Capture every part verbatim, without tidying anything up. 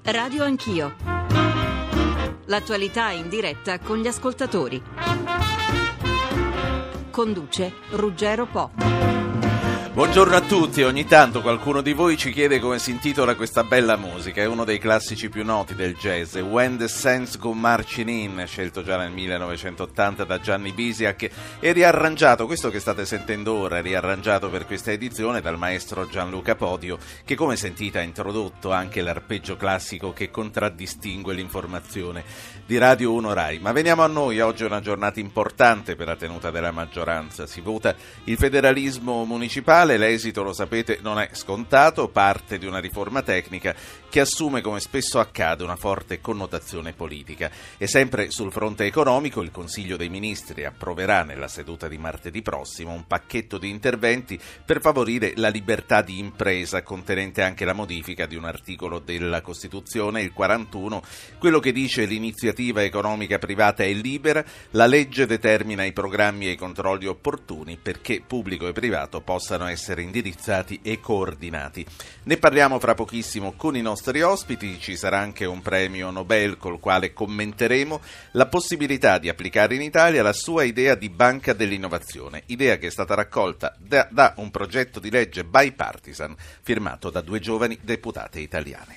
Radio Anch'io. L'attualità in diretta con gli ascoltatori. Conduce Ruggero Po. Buongiorno a tutti, ogni tanto qualcuno di voi ci chiede come si intitola questa bella musica, è uno dei classici più noti del jazz, When the Saints Go Marching In, scelto già nel millenovecentottanta da Gianni Bisiak e riarrangiato, questo che state sentendo ora, riarrangiato per questa edizione dal maestro Gianluca Podio, che come sentite ha introdotto anche l'arpeggio classico che contraddistingue l'informazione di Radio uno Rai. Ma veniamo a noi, oggi è una giornata importante per la tenuta della maggioranza, si vota il federalismo municipale. L'esito, lo sapete, non è scontato, parte di una riforma tecnica che assume, come spesso accade, una forte connotazione politica. E sempre sul fronte economico, il Consiglio dei Ministri approverà nella seduta di martedì prossimo un pacchetto di interventi per favorire la libertà di impresa, contenente anche la modifica di un articolo della Costituzione, il quarantuno, quello che dice l'iniziativa economica privata è libera, la legge determina i programmi e i controlli opportuni perché pubblico e privato possano essere indirizzati e coordinati. Ne parliamo fra pochissimo con i nostri ospiti, ci sarà anche un premio Nobel col quale commenteremo la possibilità di applicare in Italia la sua idea di banca dell'innovazione, idea che è stata raccolta da, da un progetto di legge bipartisan firmato da due giovani deputate italiane.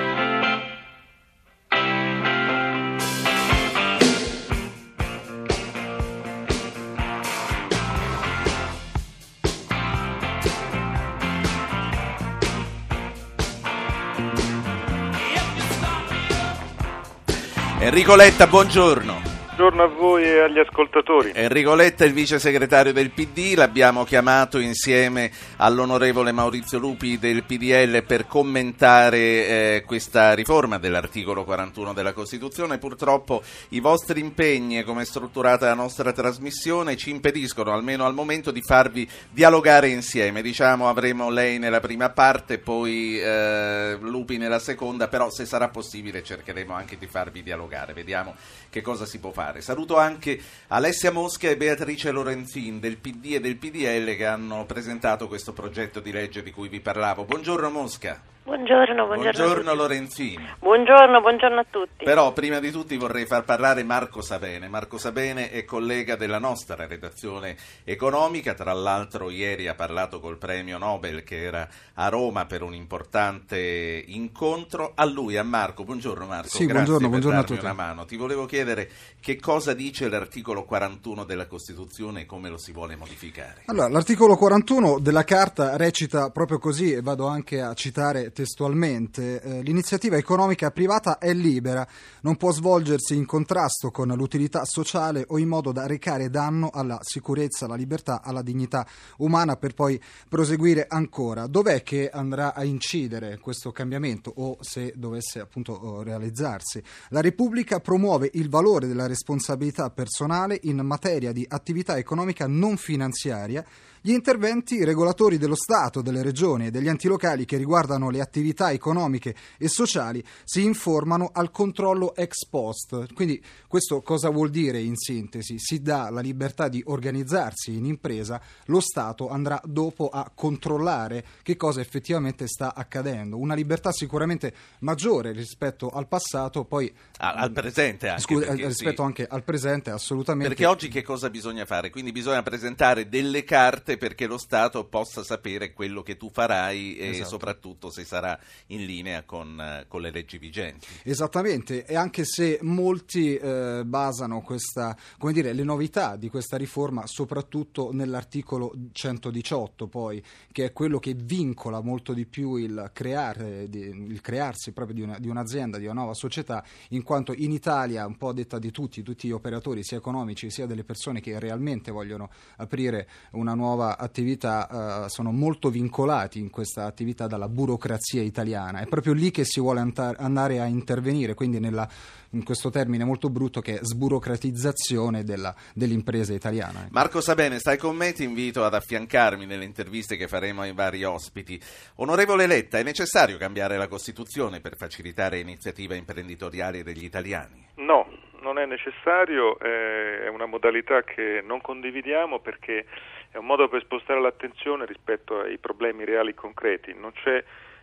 Enrico Letta, buongiorno. Buongiorno a voi e agli ascoltatori. Enrico Letta è il vice segretario del P D, l'abbiamo chiamato insieme all'onorevole Maurizio Lupi del P D L per commentare eh, questa riforma dell'articolo quarantuno della Costituzione. Purtroppo i vostri impegni e come è strutturata la nostra trasmissione ci impediscono, almeno al momento, di farvi dialogare insieme. Diciamo, avremo lei nella prima parte, poi eh, Lupi nella seconda, però se sarà possibile cercheremo anche di farvi dialogare. Vediamo che cosa si può fare. Saluto anche Alessia Mosca e Beatrice Lorenzin del P D e del P D L che hanno presentato questo progetto di legge di cui vi parlavo. Buongiorno Mosca. Buongiorno, buongiorno. Buongiorno Lorenzin. Buongiorno, buongiorno a tutti. Però prima di tutti vorrei far parlare Marco Sabene. Marco Sabene è collega della nostra redazione economica, tra l'altro ieri ha parlato col premio Nobel che era a Roma per un importante incontro. A lui, a Marco, buongiorno Marco, sì, grazie buongiorno, per buongiorno darmi a tutti. una mano. Ti volevo chiedere che cosa dice l'articolo quarantuno della Costituzione e come lo si vuole modificare. Allora, l'articolo quarantuno della Carta recita proprio così, e vado anche a citare testualmente: eh, l'iniziativa economica privata è libera, non può svolgersi in contrasto con l'utilità sociale o in modo da recare danno alla sicurezza, alla libertà, alla dignità umana, per poi proseguire ancora. Dov'è che andrà a incidere questo cambiamento, o se dovesse appunto realizzarsi? La Repubblica promuove il valore della responsabilità personale in materia di attività economica non finanziaria. Gli interventi regolatori dello Stato, delle regioni e degli enti locali che riguardano le attività economiche e sociali si informano al controllo ex post. Quindi questo cosa vuol dire in sintesi? Si dà la libertà di organizzarsi in impresa, lo Stato andrà dopo a controllare che cosa effettivamente sta accadendo. Una libertà sicuramente maggiore rispetto al passato, poi Ah, al presente anche. Scusa, perché, rispetto sì. anche al presente, assolutamente. Perché oggi che cosa bisogna fare? Quindi bisogna presentare delle carte perché lo Stato possa sapere quello che tu farai e Esatto. soprattutto se sarà in linea con, uh, con le leggi vigenti. Esattamente, e anche se molti eh, basano questa, come dire, le novità di questa riforma soprattutto nell'articolo centodiciotto, poi, che è quello che vincola molto di più il creare, di, il crearsi proprio di, una, di un'azienda, di una nuova società, in quanto in Italia, un po' a detta di tutti, tutti gli operatori sia economici sia delle persone che realmente vogliono aprire una nuova attività, eh, sono molto vincolati in questa attività dalla burocrazia italiana. È proprio lì che si vuole anta- andare a intervenire, quindi nella, in questo termine molto brutto che è sburocratizzazione della, dell'impresa italiana. Marco Sabene, stai con me, ti invito ad affiancarmi nelle interviste che faremo ai vari ospiti. Onorevole Letta, è necessario cambiare la Costituzione per facilitare iniziative imprenditoriali degli italiani? No, non è necessario, è una modalità che non condividiamo perché è un modo per spostare l'attenzione rispetto ai problemi reali e concreti. Non c'è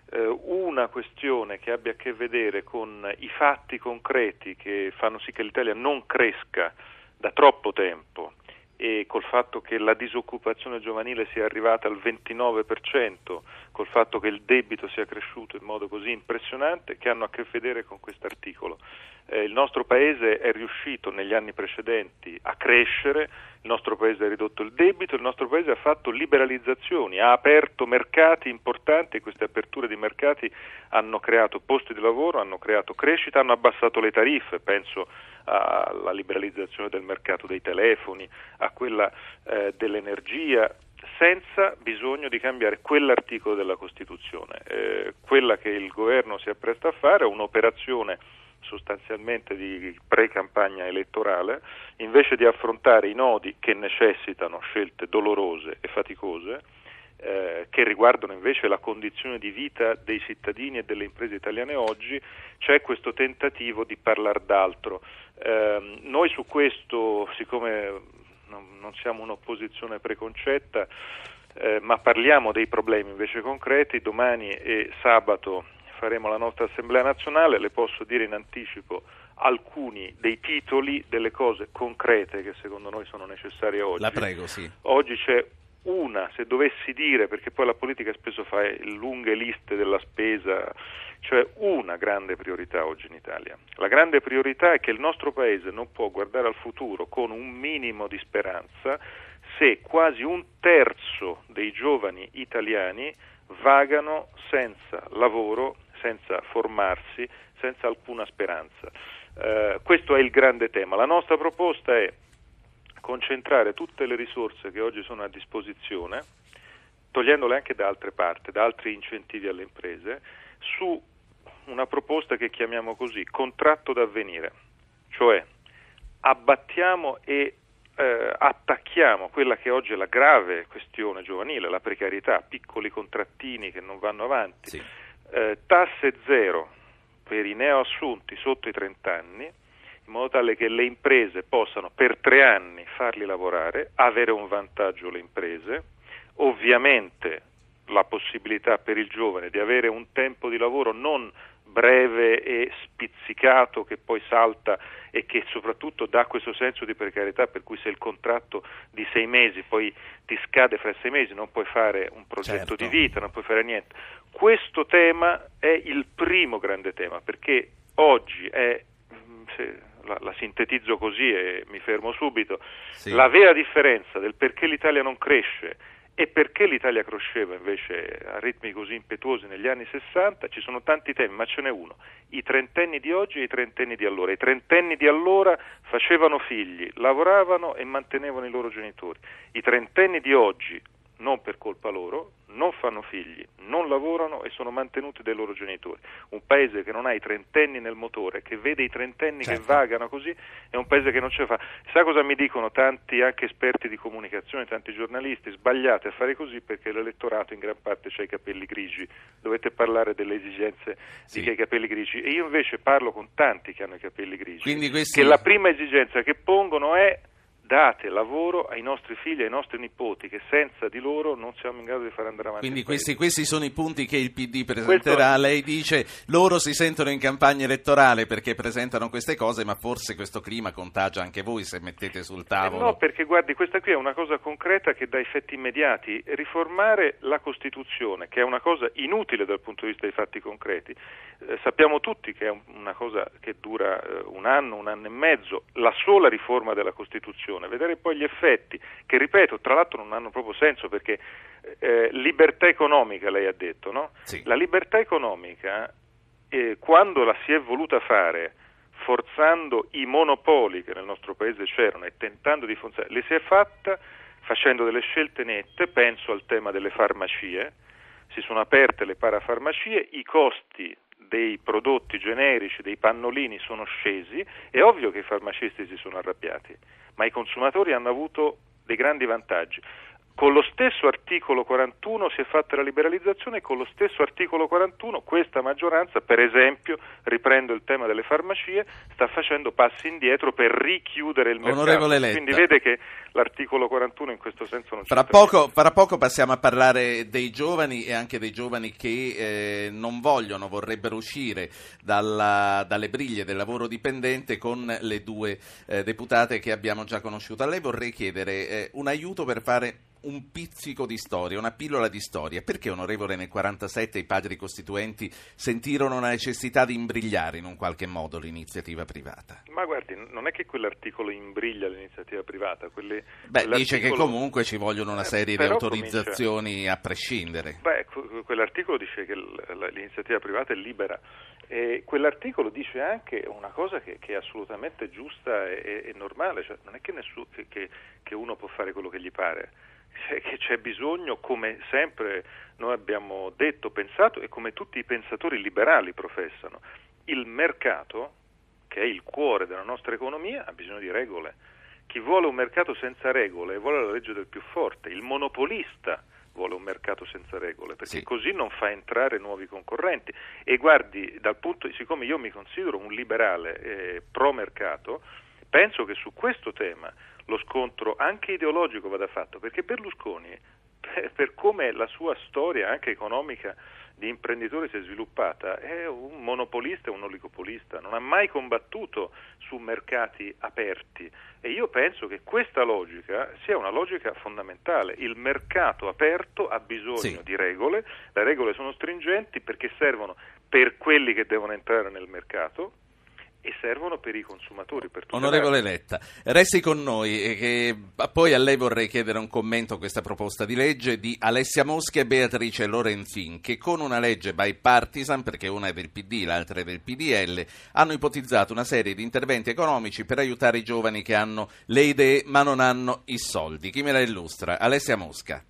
eh, una questione che abbia a che vedere con i fatti concreti che fanno sì che l'Italia non cresca da troppo tempo, e col fatto che la disoccupazione giovanile sia arrivata al ventinove per cento, col fatto che il debito sia cresciuto in modo così impressionante, che hanno a che vedere con quest'articolo. Eh, il nostro Paese è riuscito negli anni precedenti a crescere, il nostro Paese ha ridotto il debito, il nostro Paese ha fatto liberalizzazioni, ha aperto mercati importanti e queste aperture di mercati hanno creato posti di lavoro, hanno creato crescita, hanno abbassato le tariffe, penso alla liberalizzazione del mercato dei telefoni, a quella eh, dell'energia, senza bisogno di cambiare quell'articolo della Costituzione. Eh, quella che il governo si appresta a fare è un'operazione sostanzialmente di pre-campagna elettorale, invece di affrontare i nodi che necessitano scelte dolorose e faticose, eh, che riguardano invece la condizione di vita dei cittadini e delle imprese italiane oggi, c'è questo tentativo di parlare d'altro. Eh, noi su questo, siccome non, non siamo un'opposizione preconcetta, eh, ma parliamo dei problemi invece concreti, domani e sabato faremo la nostra Assemblea Nazionale, le posso dire in anticipo alcuni dei titoli delle cose concrete che secondo noi sono necessarie oggi. La prego, sì. Oggi c'è una, se dovessi dire, perché poi la politica spesso fa lunghe liste della spesa, cioè una grande priorità oggi in Italia. La grande priorità è che il nostro Paese non può guardare al futuro con un minimo di speranza se quasi un terzo dei giovani italiani vagano senza lavoro, senza formarsi, senza alcuna speranza. Eh, questo è il grande tema. La nostra proposta è concentrare tutte le risorse che oggi sono a disposizione, togliendole anche da altre parti, da altri incentivi alle imprese, su una proposta che chiamiamo così, contratto d'avvenire, cioè abbattiamo e eh, attacchiamo quella che oggi è la grave questione giovanile, la precarietà, piccoli contrattini che non vanno avanti, sì. eh, tasse zero per i neoassunti sotto i trenta anni, in modo tale che le imprese possano per tre anni farli lavorare, avere un vantaggio le imprese, ovviamente la possibilità per il giovane di avere un tempo di lavoro non breve e spizzicato che poi salta e che soprattutto dà questo senso di precarietà, per cui se il contratto di sei mesi poi ti scade fra sei mesi non puoi fare un progetto certo. di vita, non puoi fare niente. Questo tema è il primo grande tema, perché oggi è, se la, la sintetizzo così e mi fermo subito, sì. La vera differenza del perché l'Italia non cresce e perché l'Italia cresceva invece a ritmi così impetuosi negli anni sessanta, ci sono tanti temi, ma ce n'è uno: i trentenni di oggi e i trentenni di allora. I trentenni di allora facevano figli, lavoravano e mantenevano i loro genitori. I trentenni di oggi, non per colpa loro, non fanno figli, non lavorano e sono mantenuti dai loro genitori. Un paese che non ha i trentenni nel motore, che vede i trentenni certo. che vagano così, è un paese che non ce la fa. Sa cosa mi dicono tanti anche esperti di comunicazione, tanti giornalisti? Sbagliate a fare così perché l'elettorato in gran parte c'ha i capelli grigi, dovete parlare delle esigenze sì. di chi ha i capelli grigi. E io invece parlo con tanti che hanno i capelli grigi, quindi questi... che la prima esigenza che pongono è: date lavoro ai nostri figli, ai nostri nipoti, che senza di loro non siamo in grado di far andare avanti. Quindi questi, questi sono i punti che il P D presenterà. Questo... Lei dice loro si sentono in campagna elettorale perché presentano queste cose, ma forse questo clima contagia anche voi se mettete sul tavolo. Eh no, perché guardi, questa qui è una cosa concreta che dà effetti immediati. Riformare la Costituzione, che è una cosa inutile dal punto di vista dei fatti concreti, eh, sappiamo tutti che è una cosa che dura eh, un anno, un anno e mezzo, la sola riforma della Costituzione. Vedere poi gli effetti, che ripeto, tra l'altro non hanno proprio senso, perché eh, libertà economica, lei ha detto, no? Sì. La libertà economica, eh, quando la si è voluta fare forzando i monopoli che nel nostro paese c'erano e tentando di forzare, le si è fatta facendo delle scelte nette. Penso al tema delle farmacie, si sono aperte le parafarmacie, i costi dei prodotti generici, dei pannolini sono scesi, è ovvio che i farmacisti si sono arrabbiati, ma i consumatori hanno avuto dei grandi vantaggi. Con lo stesso articolo quarantuno si è fatta la liberalizzazione e con lo stesso articolo quarantuno questa maggioranza, per esempio, riprendo il tema delle farmacie, sta facendo passi indietro per richiudere il mercato. Onorevole Letta. Quindi vede che l'articolo quarantuno in questo senso non Fra c'è. poco, fra poco passiamo a parlare dei giovani e anche dei giovani che eh, non vogliono, vorrebbero uscire dalla, dalle briglie del lavoro dipendente con le due eh, deputate che abbiamo già conosciuto. A lei vorrei chiedere eh, un aiuto per fare un pizzico di storia, una pillola di storia. Perché, onorevole, nel quarantasette i padri costituenti sentirono la necessità di imbrigliare in un qualche modo l'iniziativa privata? Ma guardi, non è che quell'articolo imbriglia l'iniziativa privata. Quelle, Beh, dice che comunque ci vogliono una serie eh, di autorizzazioni comincia... a prescindere. Beh, quell'articolo dice che l'iniziativa privata è libera. E quell'articolo dice anche una cosa che, che è assolutamente giusta e, e normale, cioè non è che, nessuno, che, che, che uno può fare quello che gli pare, cioè, che c'è bisogno, come sempre noi abbiamo detto, pensato e come tutti i pensatori liberali professano, il mercato, che è il cuore della nostra economia, ha bisogno di regole. Chi vuole un mercato senza regole vuole la legge del più forte, il monopolista vuole un mercato senza regole, perché sì. Così non fa entrare nuovi concorrenti. E guardi, dal punto, siccome io mi considero un liberale eh, pro mercato, penso che su questo tema lo scontro anche ideologico vada fatto, perché Berlusconi, per, per come la sua storia anche economica di imprenditore si è sviluppata, è un monopolista e un oligopolista, non ha mai combattuto su mercati aperti e io penso che questa logica sia una logica fondamentale. Il mercato aperto ha bisogno sì. di regole, le regole sono stringenti perché servono per quelli che devono entrare nel mercato e servono per i consumatori. Per Onorevole Letta, resti con noi, e che poi a lei vorrei chiedere un commento a questa proposta di legge di Alessia Mosca e Beatrice Lorenzin, che con una legge bipartisan, perché una è del P D, l'altra è del P D L, hanno ipotizzato una serie di interventi economici per aiutare i giovani che hanno le idee ma non hanno i soldi. Chi me la illustra? Alessia Mosca.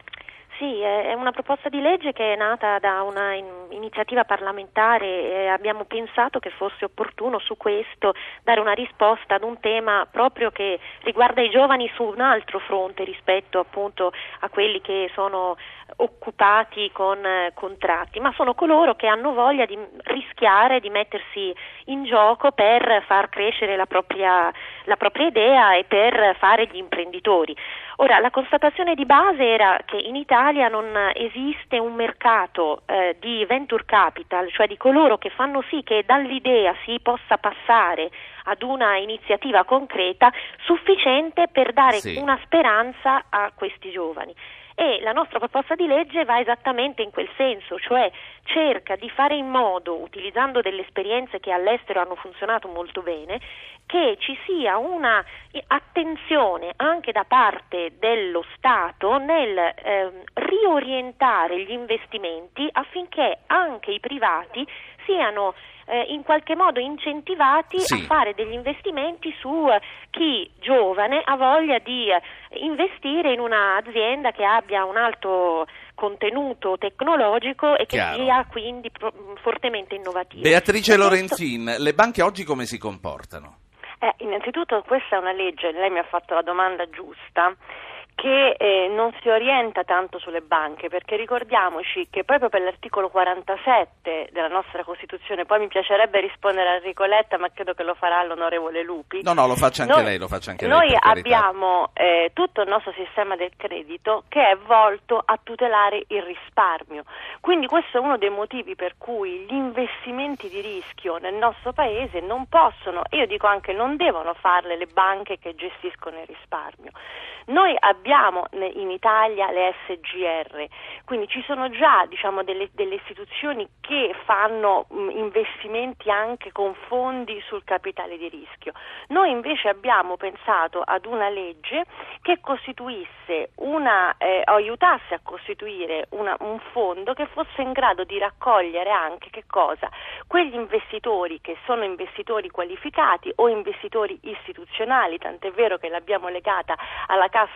Sì, è una proposta di legge che è nata da una iniziativa parlamentare e abbiamo pensato che fosse opportuno su questo dare una risposta ad un tema proprio che riguarda i giovani su un altro fronte rispetto appunto a quelli che sono occupati con eh, contratti, ma sono coloro che hanno voglia di rischiare, di mettersi in gioco per far crescere la propria, la propria idea e per fare gli imprenditori. Ora, la constatazione di base era che in Italia non esiste un mercato eh, di venture capital, cioè di coloro che fanno sì che dall'idea si possa passare ad una iniziativa concreta sufficiente per dare sì. una speranza a questi giovani. E la nostra proposta di legge va esattamente in quel senso, cioè cerca di fare in modo, utilizzando delle esperienze che all'estero hanno funzionato molto bene, che ci sia una attenzione anche da parte dello Stato nel eh, riorientare gli investimenti affinché anche i privati siano eh, in qualche modo incentivati sì. a fare degli investimenti su eh, chi giovane ha voglia di eh, investire in un'azienda che abbia un alto contenuto tecnologico e che Chiaro. sia quindi pro- fortemente innovativo. Beatrice e Lorenzin, questo... le banche oggi come si comportano? Eh, innanzitutto questa è una legge, lei mi ha fatto la domanda giusta, che eh, non si orienta tanto sulle banche, perché ricordiamoci che proprio per l'articolo quarantasette della nostra Costituzione, poi mi piacerebbe rispondere a Enrico Letta, ma credo che lo farà l'onorevole Lupi. No, no, lo faccia anche noi, lei, lo faccia anche noi lei. Noi abbiamo eh, tutto il nostro sistema del credito che è volto a tutelare il risparmio, quindi questo è uno dei motivi per cui gli investimenti di rischio nel nostro paese non possono, e io dico anche non devono farle le banche che gestiscono il risparmio. Noi abbiamo in Italia le S G R, quindi ci sono già diciamo delle, delle istituzioni che fanno mh, investimenti anche con fondi sul capitale di rischio. Noi invece abbiamo pensato ad una legge che costituisse una, eh, o aiutasse a costituire una, un fondo che fosse in grado di raccogliere anche che cosa? Quegli investitori che sono investitori qualificati o investitori istituzionali, tant'è vero che l'abbiamo legata alla Cassa e Depositi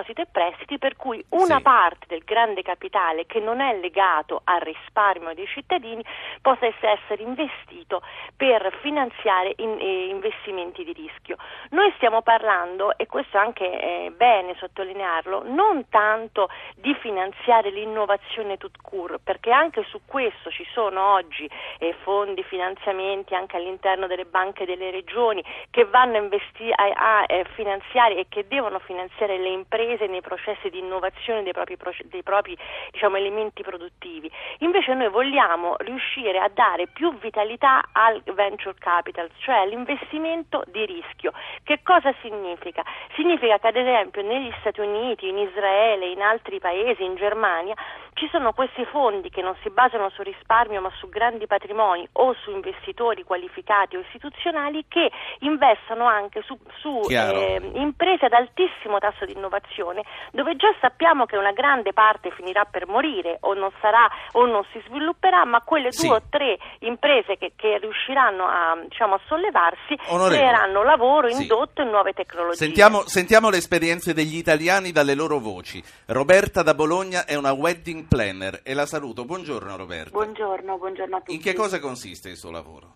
deposito e prestiti, per cui una sì. parte del grande capitale che non è legato al risparmio dei cittadini possa essere investito per finanziare in, eh, investimenti di rischio. Noi stiamo parlando, e questo anche è bene sottolinearlo, non tanto di finanziare l'innovazione tout court, perché anche su questo ci sono oggi eh, fondi, finanziamenti anche all'interno delle banche delle regioni che vanno a, investi- a, a eh, finanziare e che devono finanziare le imprese nei processi di innovazione dei propri, proce- dei propri diciamo, elementi produttivi. Invece noi vogliamo riuscire a dare più vitalità al venture capital, cioè all'investimento di rischio. Che cosa significa? Significa che ad esempio negli Stati Uniti, in Israele, in altri paesi, in Germania, ci sono questi fondi che non si basano su risparmio ma su grandi patrimoni o su investitori qualificati o istituzionali che investono anche su, su eh, imprese ad altissimo tasso di innovazione, dove già sappiamo che una grande parte finirà per morire o non sarà o non si svilupperà, ma quelle sì. due o tre imprese che, che riusciranno a, diciamo, a sollevarsi Onorevole. creeranno lavoro, sì. indotto e nuove tecnologie. Sentiamo, sentiamo le esperienze degli italiani dalle loro voci. Roberta da Bologna è una wedding planner e la saluto. Buongiorno Roberta. Buongiorno, buongiorno a tutti. In che cosa consiste il suo lavoro?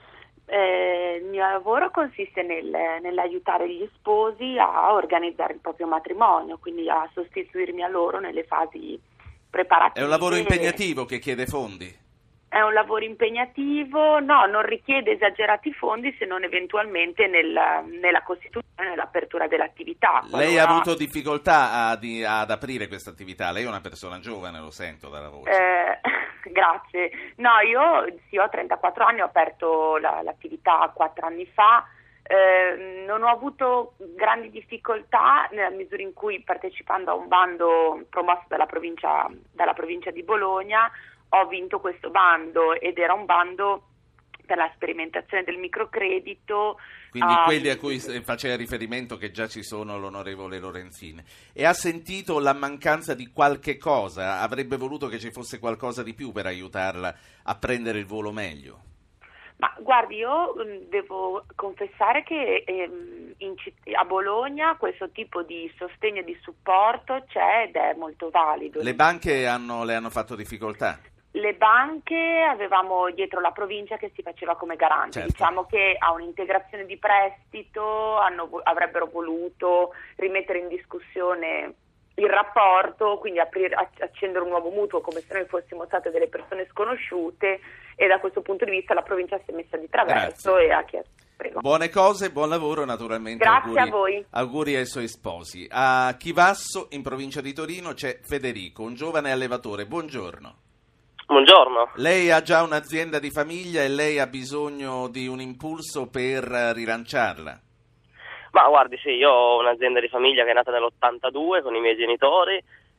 Eh, il mio lavoro consiste nel, nell'aiutare gli sposi a organizzare il proprio matrimonio, quindi a sostituirmi a loro nelle fasi preparative. È un lavoro impegnativo che chiede fondi? È un lavoro impegnativo, no, non richiede esagerati fondi se non eventualmente nel, nella costituzione e nell'apertura dell'attività. Lei Qualora... ha avuto difficoltà ad, ad aprire questa attività? Lei è una persona giovane, lo sento dalla voce. Eh, grazie. No, io sì, ho trentaquattro anni, ho aperto la, l'attività quattro anni fa. Eh, non ho avuto grandi difficoltà nella misura in cui, partecipando a un bando promosso dalla provincia, dalla provincia di Bologna, ho vinto questo bando, ed era un bando per la sperimentazione del microcredito. Quindi um, quelli a cui faceva riferimento, che già ci sono, l'onorevole Lorenzin. E ha sentito la mancanza di qualche cosa? Avrebbe voluto che ci fosse qualcosa di più per aiutarla a prendere il volo meglio? Ma guardi, io devo confessare che ehm, in citt- a Bologna questo tipo di sostegno e di supporto c'è ed è molto valido. Le banche hanno, le hanno fatto difficoltà? Le banche avevamo dietro la provincia che si faceva come garante, certo. Diciamo che a un'integrazione di prestito hanno, avrebbero voluto rimettere in discussione il rapporto, quindi aprire, accendere un nuovo mutuo come se noi fossimo state delle persone sconosciute, e da questo punto di vista la provincia si è messa di traverso. Grazie. E ha chiesto. Prego. Buone cose, buon lavoro naturalmente. Grazie auguri, a voi. Auguri ai suoi sposi. A Chivasso, in provincia di Torino, c'è Federico, un giovane allevatore. Buongiorno. Buongiorno. Lei ha già un'azienda di famiglia e lei ha bisogno di un impulso per rilanciarla? Ma guardi, sì, io ho un'azienda di famiglia che è nata nell'ottantadue con i miei genitori,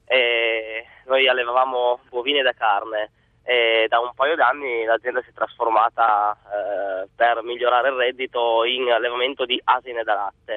e noi allevavamo bovine da carne, e da un paio d'anni l'azienda si è trasformata eh, per migliorare il reddito in allevamento di asine da latte.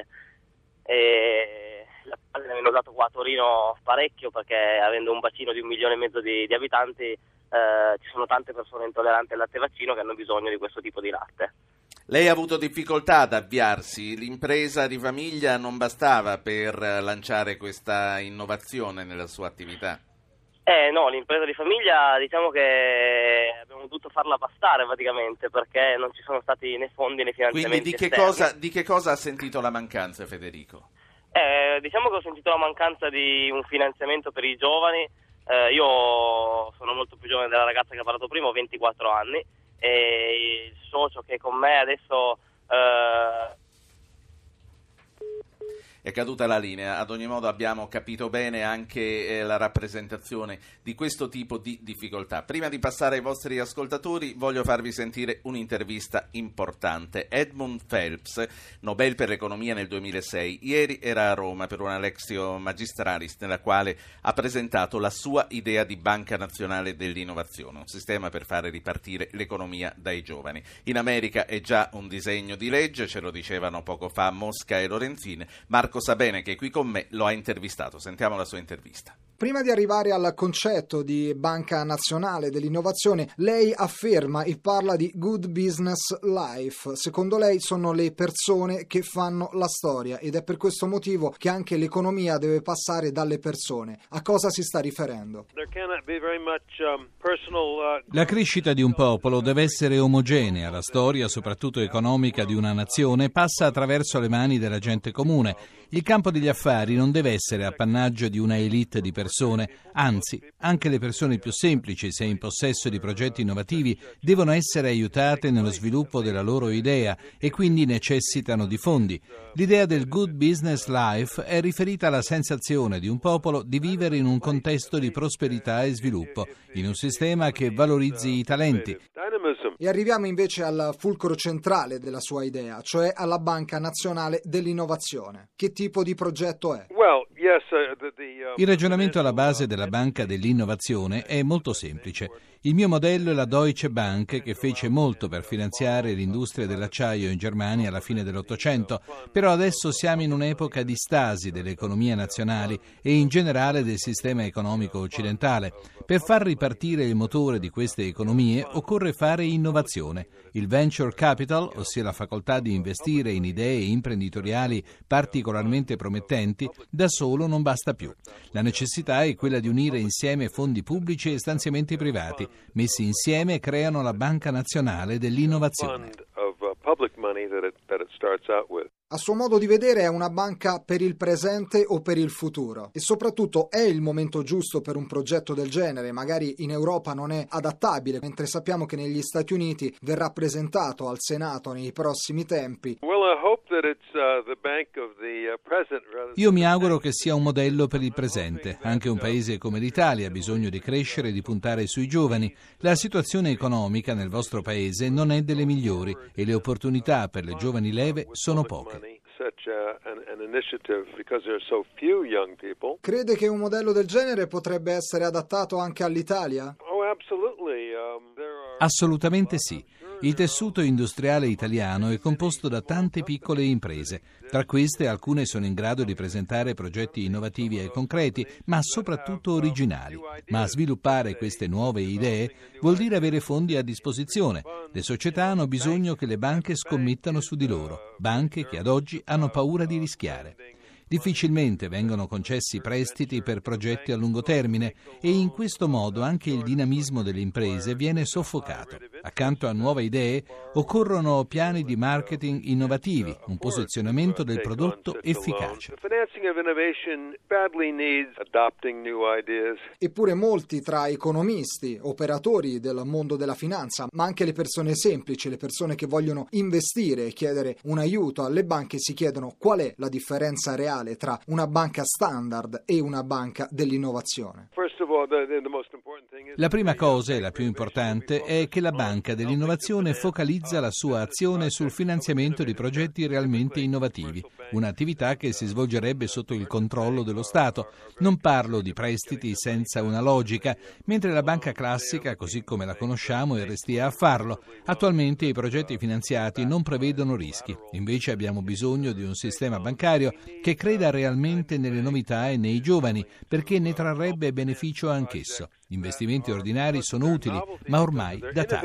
E l'asine viene usato qua a Torino parecchio, perché avendo un bacino di un milione e mezzo di, di abitanti Eh, ci sono tante persone intolleranti al latte vaccino che hanno bisogno di questo tipo di latte. Lei ha avuto difficoltà ad avviarsi, l'impresa di famiglia non bastava per lanciare questa innovazione nella sua attività? Eh no, l'impresa di famiglia diciamo che abbiamo dovuto farla bastare praticamente, perché non ci sono stati né fondi né finanziamenti. Quindi di che, esterni. cosa, di che cosa ha sentito la mancanza, Federico? Eh, diciamo che ho sentito la mancanza di un finanziamento per i giovani. Eh, io sono molto più giovane della ragazza che ha parlato prima, ho ventiquattro anni, e il socio che è con me adesso... Eh... È caduta la linea, ad ogni modo abbiamo capito bene anche eh, la rappresentazione di questo tipo di difficoltà. Prima di passare ai vostri ascoltatori voglio farvi sentire un'intervista importante. Edmund Phelps, Nobel per l'economia nel duemilasei, ieri era a Roma per una Lectio Magistralis nella quale ha presentato la sua idea di Banca Nazionale dell'Innovazione, un sistema per fare ripartire l'economia dai giovani. In America è già un disegno di legge, ce lo dicevano poco fa Mosca e Lorenzin. Marco Sabene, che è qui con me, lo ha intervistato. Sentiamo la sua intervista. Prima di arrivare al concetto di Banca Nazionale dell'Innovazione, lei afferma e parla di Good Business Life. Secondo lei sono le persone che fanno la storia ed è per questo motivo che anche l'economia deve passare dalle persone. A cosa si sta riferendo? La crescita di un popolo deve essere omogenea. La storia, soprattutto economica, di una nazione passa attraverso le mani della gente comune. Il campo degli affari non deve essere appannaggio di una elite di persone, anzi, anche le persone più semplici, se in possesso di progetti innovativi, devono essere aiutate nello sviluppo della loro idea e quindi necessitano di fondi. L'idea del Good Business Life è riferita alla sensazione di un popolo di vivere in un contesto di prosperità e sviluppo, in un sistema che valorizzi i talenti. E arriviamo invece al fulcro centrale della sua idea, cioè alla Banca Nazionale dell'Innovazione. Che tipo di progetto è? Il ragionamento alla base della Banca dell'Innovazione è molto semplice. Il mio modello è la Deutsche Bank, che fece molto per finanziare l'industria dell'acciaio in Germania alla fine dell'Ottocento, però adesso siamo in un'epoca di stasi delle economie nazionali e in generale del sistema economico occidentale. Per far ripartire il motore di queste economie occorre fare innovazione. Il venture capital, ossia la facoltà di investire in idee imprenditoriali particolarmente promettenti, da solo non basta più. La necessità è quella di unire insieme fondi pubblici e stanziamenti privati. Messi insieme creano la Banca Nazionale dell'Innovazione. A suo modo di vedere è una banca per il presente o per il futuro? E soprattutto è il momento giusto per un progetto del genere? Magari in Europa non è adattabile, mentre sappiamo che negli Stati Uniti verrà presentato al Senato nei prossimi tempi. Io mi auguro che sia un modello per il presente. Anche un paese come l'Italia ha bisogno di crescere e di puntare sui giovani. La situazione economica nel vostro paese non è delle migliori e le opportunità per le giovani leve sono poche. Crede che un modello del genere potrebbe essere adattato anche all'Italia? Assolutamente sì. Il tessuto industriale italiano è composto da tante piccole imprese. Tra queste alcune sono in grado di presentare progetti innovativi e concreti, ma soprattutto originali. Ma sviluppare queste nuove idee vuol dire avere fondi a disposizione. Le società hanno bisogno che le banche scommettano su di loro, banche che ad oggi hanno paura di rischiare. Difficilmente vengono concessi prestiti per progetti a lungo termine e in questo modo anche il dinamismo delle imprese viene soffocato. Accanto a nuove idee occorrono piani di marketing innovativi, un posizionamento del prodotto efficace. Eppure molti tra economisti, operatori del mondo della finanza, ma anche le persone semplici, le persone che vogliono investire e chiedere un aiuto alle banche si chiedono qual è la differenza reale tra una banca standard e una banca dell'innovazione. La prima cosa e la più importante è che la Banca dell'Innovazione focalizza la sua azione sul finanziamento di progetti realmente innovativi, un'attività che si svolgerebbe sotto il controllo dello Stato. Non parlo di prestiti senza una logica, mentre la banca classica, così come la conosciamo, è restia a farlo. Attualmente i progetti finanziati non prevedono rischi, invece abbiamo bisogno di un sistema bancario che creda realmente nelle novità e nei giovani, perché ne trarrebbe beneficio anch'esso. Gli investimenti ordinari sono utili, ma ormai datati.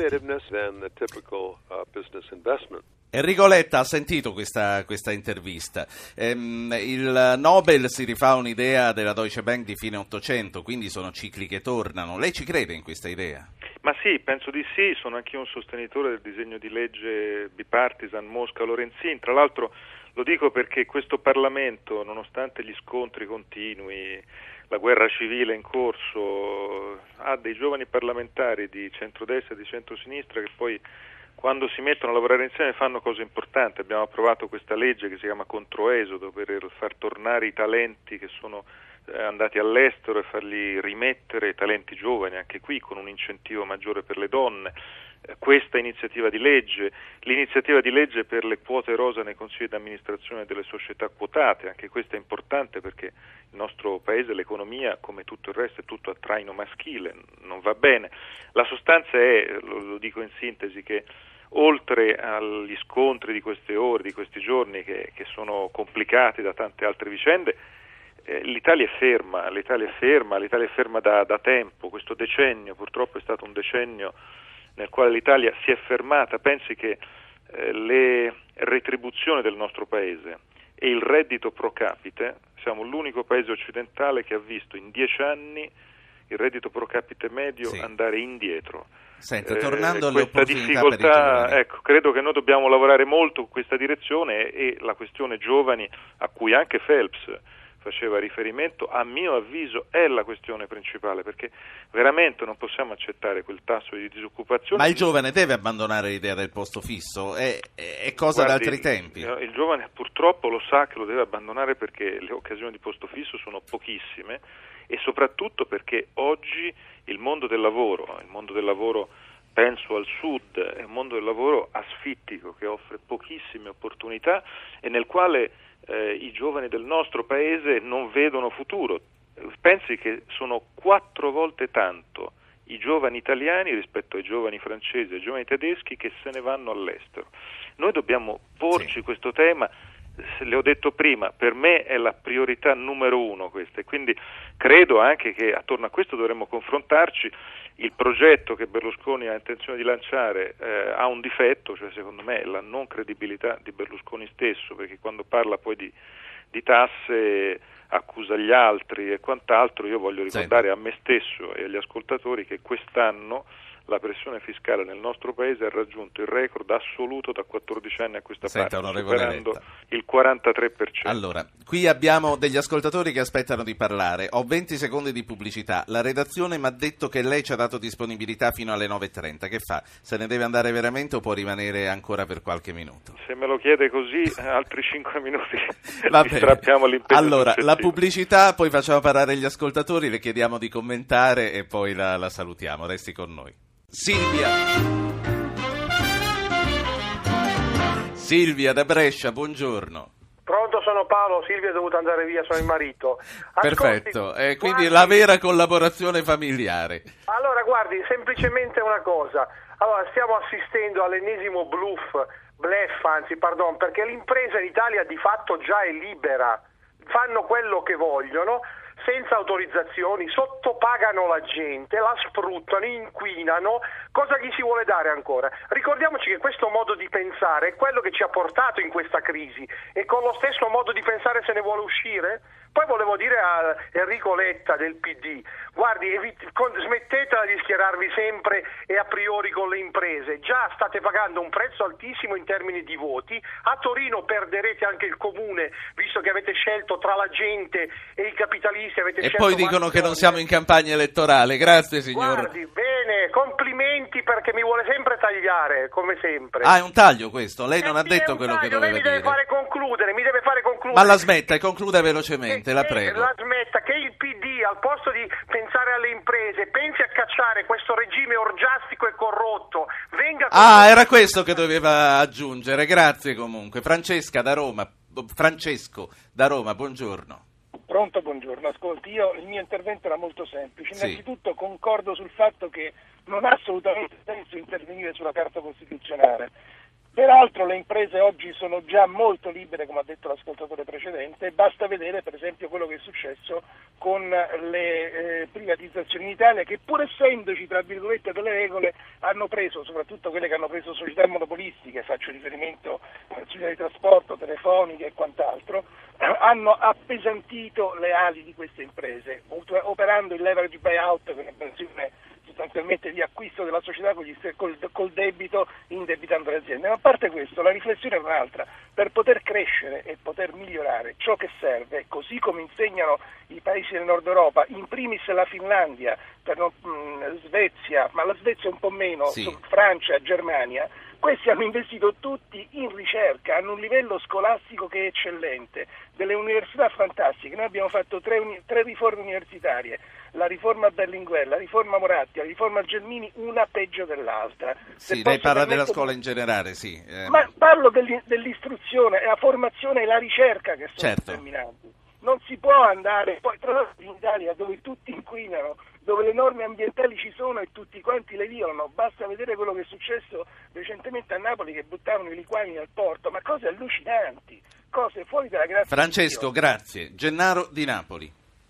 Enrico Letta ha sentito questa, questa intervista. Ehm, il Nobel si rifà a un'idea della Deutsche Bank di fine Ottocento, quindi sono cicli che tornano. Lei ci crede in questa idea? Ma sì, penso di sì, sono anch'io un sostenitore del disegno di legge bipartisan Mosca-Lorenzin. Tra l'altro lo dico perché questo Parlamento, nonostante gli scontri continui, la guerra civile in corso, ha dei giovani parlamentari di centrodestra e di centrosinistra che poi, quando si mettono a lavorare insieme, fanno cose importanti. Abbiamo approvato questa legge che si chiama Controesodo per far tornare i talenti che sono andati all'estero e farli rimettere, i talenti giovani, anche qui con un incentivo maggiore per le donne. Questa iniziativa di legge, l'iniziativa di legge per le quote rosa nei consigli di amministrazione delle società quotate, anche questa è importante perché il nostro paese, l'economia, come tutto il resto, è tutto a traino maschile, non va bene. La sostanza è, lo, lo dico in sintesi, che oltre agli scontri di queste ore, di questi giorni che, che sono complicati da tante altre vicende, eh, l'Italia è ferma, l'Italia è ferma, l'Italia è ferma da, da tempo, questo decennio purtroppo è stato un decennio nel quale l'Italia si è fermata. Pensi che eh, le retribuzioni del nostro paese e il reddito pro capite, siamo l'unico paese occidentale che ha visto in dieci anni il reddito pro capite medio sì. andare indietro. Senta, tornando eh, alle questa opportunità difficoltà, per i ecco, credo che noi dobbiamo lavorare molto in questa direzione e, e la questione giovani, a cui anche Phelps faceva riferimento, a mio avviso è la questione principale, perché veramente non possiamo accettare quel tasso di disoccupazione. Ma il giovane deve abbandonare l'idea del posto fisso? È, è cosa Guardi, d'altri tempi? Il, il giovane purtroppo lo sa che lo deve abbandonare perché le occasioni di posto fisso sono pochissime e soprattutto perché oggi il mondo del lavoro, il mondo del lavoro penso al sud, è un mondo del lavoro asfittico che offre pochissime opportunità e nel quale eh, i giovani del nostro paese non vedono futuro. Pensi che sono quattro volte tanto i giovani italiani rispetto ai giovani francesi e ai giovani tedeschi che se ne vanno all'estero. Noi dobbiamo porci sì. questo tema. Le ho detto prima, per me è la priorità numero uno questa e quindi credo anche che attorno a questo dovremmo confrontarci. Il progetto che Berlusconi ha intenzione di lanciare eh, ha un difetto, cioè secondo me la non credibilità di Berlusconi stesso, perché quando parla poi di, di tasse accusa gli altri e quant'altro. Io voglio ricordare sì. a me stesso e agli ascoltatori che quest'anno la pressione fiscale nel nostro paese ha raggiunto il record assoluto da quattordici anni a questa Senta, parte, superando il quarantatré per cento. Allora, qui abbiamo degli ascoltatori che aspettano di parlare. Ho venti secondi di pubblicità. La redazione mi ha detto che lei ci ha dato disponibilità fino alle nove e trenta. Che fa? Se ne deve andare veramente o può rimanere ancora per qualche minuto? Se me lo chiede così, altri cinque minuti Va ci strappiamo l'impegno. Allora, successivo. La pubblicità, poi facciamo parlare gli ascoltatori, le chiediamo di commentare e poi la, la salutiamo. Resti con noi. Silvia Silvia da Brescia, buongiorno. Pronto, sono Paolo. Silvia è dovuta andare via, sono il marito. Ascolti, perfetto, eh, quindi guardi, la vera collaborazione familiare. Allora guardi, semplicemente una cosa. Allora, stiamo assistendo all'ennesimo bluff bluff anzi pardon perché l'impresa in Italia di fatto già è libera, fanno quello che vogliono senza autorizzazioni, sottopagano la gente, la sfruttano, inquinano. Cosa gli si vuole dare ancora? Ricordiamoci che questo modo di pensare è quello che ci ha portato in questa crisi e con lo stesso modo di pensare se ne vuole uscire? Poi volevo dire a Enrico Letta del P D, guardi, evit- con- smettetela di schierarvi sempre e a priori con le imprese, già state pagando un prezzo altissimo in termini di voti, a Torino perderete anche il comune, visto che avete scelto tra la gente e i capitalisti, avete e scelto... poi dicono che non siamo in campagna elettorale, grazie signor. Guardi, bene, complimenti perché mi vuole sempre tagliare, come sempre. Ah, è un taglio questo, lei non eh ha sì, detto quello taglio, che doveva lei mi dire. deve fare concludere, mi deve fare concludere. Ma la smetta e concluda velocemente, la prego. La smetta, che il P D al posto di pensare alle imprese pensi a cacciare questo regime orgiastico e corrotto. Venga Ah, era questo che doveva aggiungere, grazie comunque. Francesca da Roma, Francesco da Roma, buongiorno. Pronto, buongiorno. Ascolti, io il mio intervento era molto semplice. Sì. Innanzitutto concordo sul fatto che non ha assolutamente senso intervenire sulla Carta Costituzionale. Peraltro le imprese oggi sono già molto libere, come ha detto l'ascoltatore precedente, basta vedere per esempio quello che è successo con le eh, privatizzazioni in Italia, che pur essendoci tra virgolette delle regole hanno preso, soprattutto quelle che hanno preso società monopolistiche, faccio riferimento a società di trasporto, telefoniche e quant'altro, hanno appesantito le ali di queste imprese, operando il leverage buyout, che è un'operazione sostanzialmente di acquisto della società con gli, col, col debito, indebitando le aziende. Ma a parte questo, la riflessione è un'altra. Per poter crescere e poter migliorare, ciò che serve, così come insegnano i paesi del nord Europa, in primis la Finlandia, per non, mh, Svezia, ma la Svezia un po' meno, sì. Francia, Germania, questi hanno investito tutti in ricerca, hanno un livello scolastico che è eccellente, delle università fantastiche. Noi abbiamo fatto tre, uni- tre riforme universitarie, la riforma Berlinguer, la riforma Moratti, la riforma Gelmini, una peggio dell'altra. Sì, lei parla della scuola in generale, sì. Eh. Ma parlo dell'i- dell'istruzione, la formazione e la ricerca che sono certo. determinanti. Non si può andare, poi tra l'altro in Italia dove tutti inquinano, dove le norme ambientali ci sono e tutti quanti le violano, basta vedere quello che è successo recentemente a Napoli, che buttavano i liquami nel porto, ma cose allucinanti, cose fuori dalla grazia. Francesco, grazie. Gennaro di Napoli.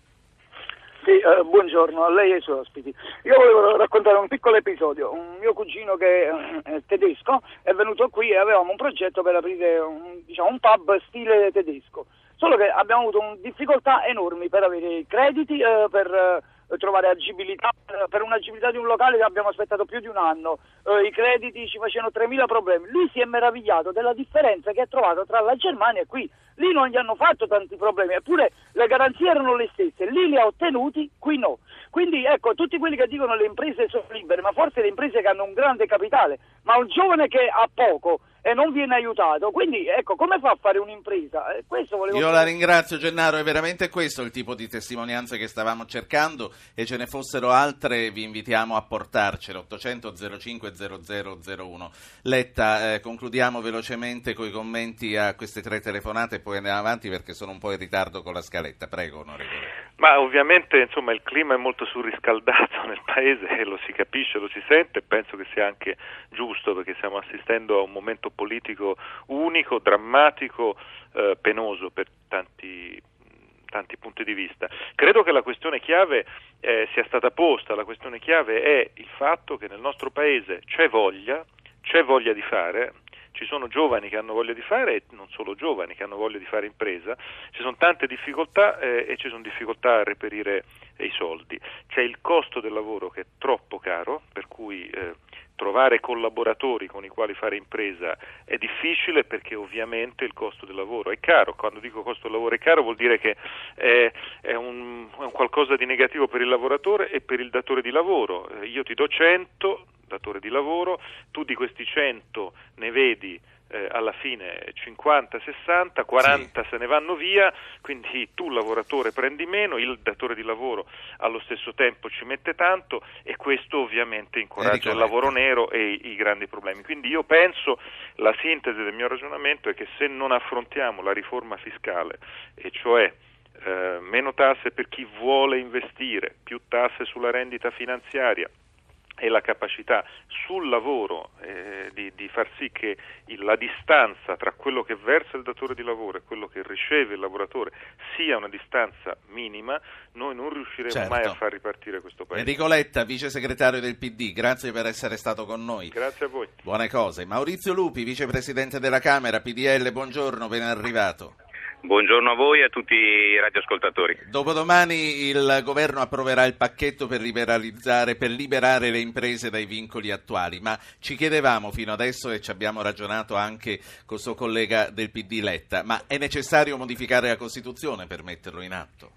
Sì, eh, buongiorno a lei e ai suoi ospiti. Io volevo raccontare un piccolo episodio. Un mio cugino che è tedesco è venuto qui e avevamo un progetto per aprire un, diciamo, un pub stile tedesco. Solo che abbiamo avuto un, difficoltà enormi per avere i crediti, eh, per eh, trovare agibilità. Per un'agibilità di un locale abbiamo aspettato più di un anno. Eh, I crediti ci facevano tremila problemi. Lui si è meravigliato della differenza che ha trovato tra la Germania e qui. Lì non gli hanno fatto tanti problemi, eppure le garanzie erano le stesse, lì li ha ottenuti, qui no. Quindi ecco, tutti quelli che dicono le imprese sono libere, ma forse le imprese che hanno un grande capitale, ma un giovane che ha poco e non viene aiutato, quindi ecco, come fa a fare un'impresa? Eh, questo volevo Io dire. la ringrazio Gennaro, è veramente questo il tipo di testimonianze che stavamo cercando, e ce ne fossero altre vi invitiamo a portarcele. Ottocento zero cinque zero zero zero uno. Letta, eh, concludiamo velocemente coi commenti a queste tre telefonate e poi andiamo avanti perché sono un po' in ritardo con la scaletta. Prego, onorevole. Ma ovviamente insomma il clima è molto surriscaldato nel paese e lo si capisce, lo si sente, e penso che sia anche giusto, perché stiamo assistendo a un momento politico unico, drammatico, eh, penoso per tanti tanti punti di vista. Credo che la questione chiave eh, sia stata posta, la questione chiave è il fatto che nel nostro paese c'è voglia, c'è voglia di fare. Ci sono giovani che hanno voglia di fare e non solo giovani che hanno voglia di fare impresa, ci sono tante difficoltà eh, e ci sono difficoltà a reperire eh, i soldi. C'è il costo del lavoro che è troppo caro, per cui eh, trovare collaboratori con i quali fare impresa è difficile, perché ovviamente il costo del lavoro è caro. Quando dico costo del lavoro è caro vuol dire che è, è, un, è un qualcosa di negativo per il lavoratore e per il datore di lavoro. Eh, io ti do cento, datore di lavoro, tu di questi cento ne vedi eh, alla fine cinquanta sessanta, quaranta sì. se ne vanno via, quindi tu lavoratore prendi meno, il datore di lavoro allo stesso tempo ci mette tanto, e questo ovviamente incoraggia il lavoro nero e i, i grandi problemi. Quindi io penso, la sintesi del mio ragionamento è che se non affrontiamo la riforma fiscale, e cioè eh, meno tasse per chi vuole investire, più tasse sulla rendita finanziaria e la capacità sul lavoro eh, di, di far sì che il, la distanza tra quello che versa il datore di lavoro e quello che riceve il lavoratore sia una distanza minima, noi non riusciremo certo. mai a far ripartire questo paese. Enrico Letta, vice segretario del P D, grazie per essere stato con noi. Grazie a voi. Buone cose. Maurizio Lupi, vicepresidente della Camera, P D L, buongiorno, ben arrivato. Buongiorno a voi e a tutti i radioascoltatori. Dopodomani il governo approverà il pacchetto per liberalizzare, per liberare le imprese dai vincoli attuali, ma ci chiedevamo fino adesso, e ci abbiamo ragionato anche col suo collega del P D Letta, ma è necessario modificare la Costituzione per metterlo in atto?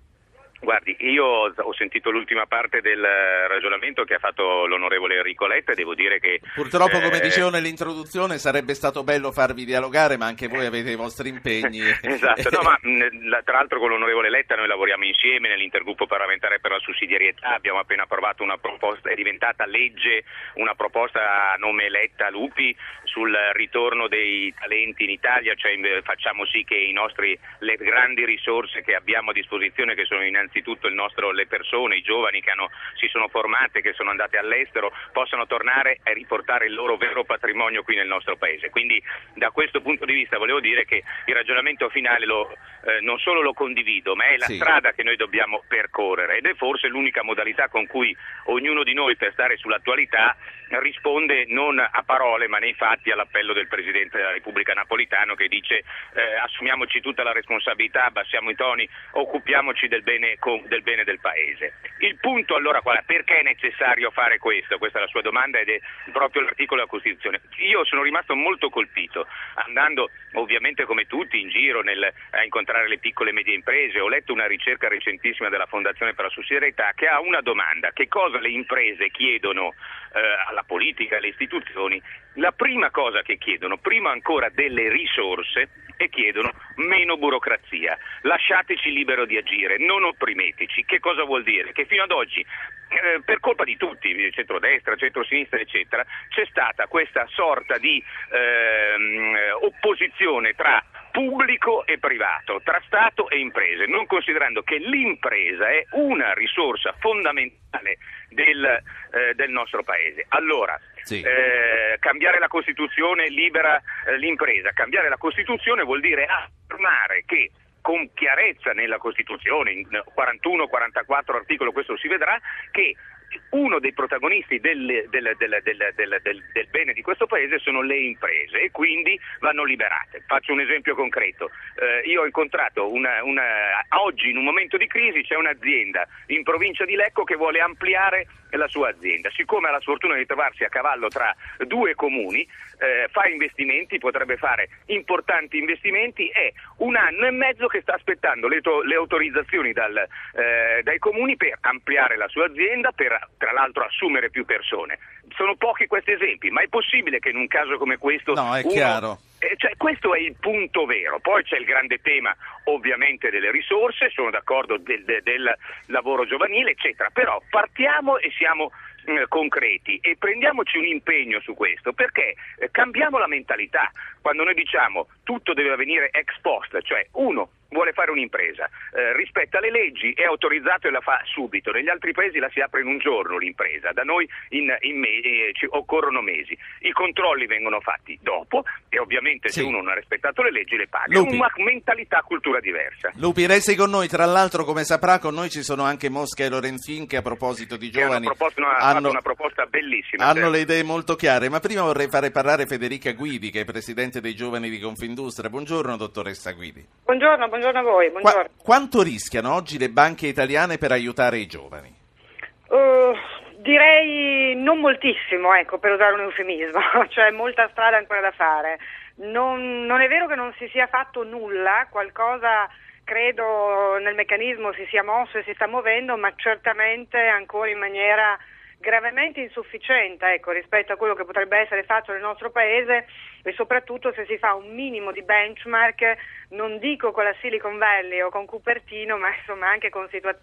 Guardi, io ho sentito l'ultima parte del ragionamento che ha fatto l'onorevole Enrico Letta e devo dire che... Purtroppo, eh... come dicevo nell'introduzione, sarebbe stato bello farvi dialogare, ma anche voi avete i vostri impegni. Esatto, no, ma tra l'altro con l'onorevole Letta noi lavoriamo insieme nell'intergruppo parlamentare per la sussidiarietà, abbiamo appena approvato una proposta, è diventata legge una proposta a nome Letta Lupi sul ritorno dei talenti in Italia, cioè facciamo sì che i nostri, le grandi risorse che abbiamo a disposizione, che sono innanzitutto innanzitutto il nostro, le persone, i giovani che hanno, si sono formate, che sono andate all'estero, possano tornare e riportare il loro vero patrimonio qui nel nostro paese. Quindi da questo punto di vista volevo dire che il ragionamento finale lo, eh, non solo lo condivido, ma è la sì. strada che noi dobbiamo percorrere, ed è forse l'unica modalità con cui ognuno di noi, per stare sull'attualità, risponde non a parole ma nei fatti all'appello del Presidente della Repubblica Napolitano, che dice eh, assumiamoci tutta la responsabilità, abbassiamo i toni, occupiamoci del bene, del bene del Paese. Il punto allora qual è? Perché è necessario fare questo? Questa è la sua domanda ed è proprio l'articolo della Costituzione. Io sono rimasto molto colpito, andando ovviamente come tutti in giro nel, a incontrare le piccole e medie imprese. Ho letto una ricerca recentissima della Fondazione per la Sussidiarietà che ha una domanda: che cosa le imprese chiedono eh, alla politica, alle istituzioni? La prima cosa che chiedono, prima ancora delle risorse, e chiedono meno burocrazia, lasciateci libero di agire, non opprimeteci. Che cosa vuol dire? Che fino ad oggi, eh, per colpa di tutti, centrodestra, centrosinistra eccetera, c'è stata questa sorta di eh, opposizione tra pubblico e privato, tra Stato e imprese, non considerando che l'impresa è una risorsa fondamentale del, eh, del nostro paese. Allora, sì. eh, cambiare la Costituzione libera eh, l'impresa, cambiare la Costituzione vuol dire affermare che con chiarezza nella Costituzione, in quarantuno quarantaquattro articolo, questo si vedrà, che uno dei protagonisti del, del, del, del, del, del, del bene di questo paese sono le imprese e quindi vanno liberate. Faccio un esempio concreto. Eh, io ho incontrato una, una, oggi in un momento di crisi c'è un'azienda in provincia di Lecco che vuole ampliare la sua azienda. Siccome ha la sfortuna di trovarsi a cavallo tra due comuni, eh, fa investimenti, potrebbe fare importanti investimenti, è un anno e mezzo che sta aspettando le, to- le autorizzazioni dal, eh, dai comuni per ampliare la sua azienda, per tra l'altro assumere più persone. Sono pochi questi esempi, ma è possibile che in un caso come questo... No, è uno, chiaro. Eh, cioè, questo è il punto vero. Poi c'è il grande tema ovviamente delle risorse, sono d'accordo del, del, del lavoro giovanile, eccetera, però partiamo e siamo eh, concreti e prendiamoci un impegno su questo, perché eh, cambiamo la mentalità. Quando noi diciamo tutto deve avvenire ex post, cioè uno vuole fare un'impresa, eh, rispetta le leggi, è autorizzato e la fa subito. Negli altri paesi la si apre in un giorno l'impresa, da noi in, in me- eh, ci occorrono mesi. I controlli vengono fatti dopo e ovviamente sì. Se uno non ha rispettato le leggi le paga. Lupi. È una mentalità, cultura diversa. Lupi, resti con noi. Tra l'altro, come saprà, con noi ci sono anche Mosca e Lorenzin che a proposito di Che giovani hanno, proposto una, hanno, fatto una proposta bellissima. hanno certo. le idee molto chiare. Ma prima vorrei fare parlare Federica Guidi, che è presidente dei giovani di Confindustria. Buongiorno, dottoressa Guidi. Buongiorno, buongiorno a voi. Buongiorno. Qua, quanto rischiano oggi le banche italiane per aiutare i giovani? Uh, direi non moltissimo, ecco, per usare un eufemismo, cioè molta strada ancora da fare. Non, non è vero che non si sia fatto nulla, qualcosa credo nel meccanismo si sia mosso e si sta muovendo, ma certamente ancora in maniera gravemente insufficiente, ecco, rispetto a quello che potrebbe essere fatto nel nostro paese, e soprattutto se si fa un minimo di benchmark, non dico con la Silicon Valley o con Cupertino, ma insomma anche con situazioni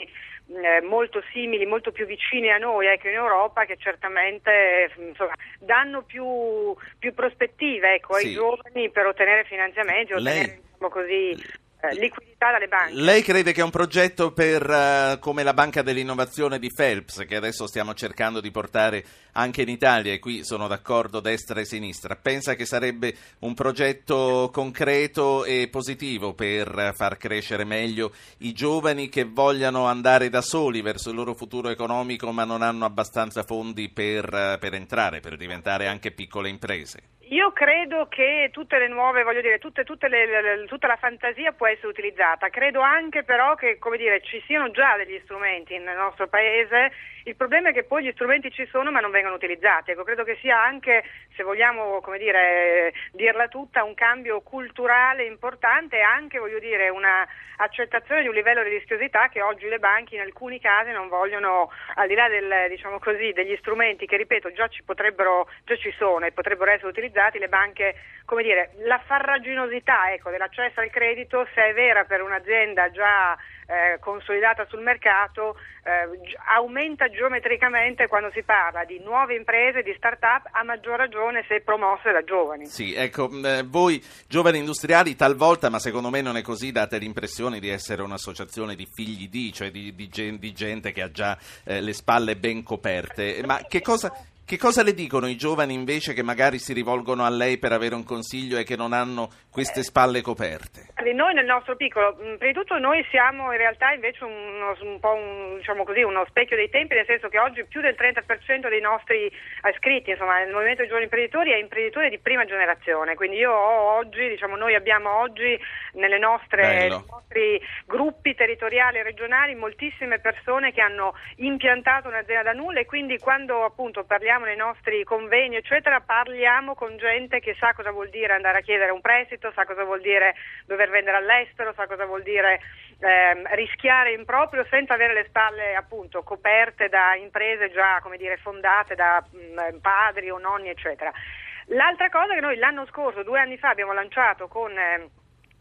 eh, molto simili, molto più vicine a noi, ecco, in Europa, che certamente insomma, danno più, più prospettive, ecco, ai sì. giovani per ottenere finanziamenti, ottenere Lei... diciamo così eh, liquidità dalle banche. Lei crede che è un progetto per uh, come la Banca dell'Innovazione di Phelps, che adesso stiamo cercando di portare anche in Italia, e qui sono d'accordo destra e sinistra, pensa che sarebbe un progetto concreto e positivo per far crescere meglio i giovani che vogliano andare da soli verso il loro futuro economico ma non hanno abbastanza fondi per, per entrare, per diventare anche piccole imprese? Io credo che tutte le nuove, voglio dire, tutte, tutte le, le, tutta la fantasia può essere utilizzata. Credo anche però che, come dire, ci siano già degli strumenti nel nostro paese. Il problema è che poi gli strumenti ci sono ma non vengono utilizzati. Ecco, credo che sia anche, se vogliamo, come dire, dirla tutta, un cambio culturale importante e anche, voglio dire, una accettazione di un livello di rischiosità che oggi le banche in alcuni casi non vogliono, al di là del, diciamo così, degli strumenti che, ripeto, già ci potrebbero, già ci sono e potrebbero essere utilizzati, le banche, come dire, la farraginosità, ecco, dell'accesso al credito, se è vera per un'azienda già Eh, consolidata sul mercato, eh, aumenta geometricamente quando si parla di nuove imprese, di start-up, a maggior ragione se promosse da giovani. Sì, ecco, eh, voi giovani industriali talvolta, ma secondo me non è così, date l'impressione di essere un'associazione di figli di, cioè di, di, di gente che ha già eh, le spalle ben coperte, ma che cosa... Che cosa le dicono i giovani invece che magari si rivolgono a lei per avere un consiglio e che non hanno queste spalle coperte? Noi nel nostro piccolo, prima di tutto noi siamo in realtà invece uno, un po' un, diciamo così, uno specchio dei tempi, nel senso che oggi più del trenta per cento dei nostri iscritti, insomma, nel Movimento dei Giovani Imprenditori è imprenditore di prima generazione, quindi io ho oggi, diciamo noi abbiamo oggi nelle nostre, nei nostri gruppi territoriali e regionali moltissime persone che hanno impiantato un'azienda da nulla, e quindi quando appunto parliamo nei nostri convegni eccetera parliamo con gente che sa cosa vuol dire andare a chiedere un prestito, sa cosa vuol dire dover vendere all'estero, sa cosa vuol dire ehm, rischiare in proprio senza avere le spalle appunto coperte da imprese già, come dire, fondate da mh, padri o nonni eccetera. L'altra cosa che noi l'anno scorso, due anni fa, abbiamo lanciato con eh,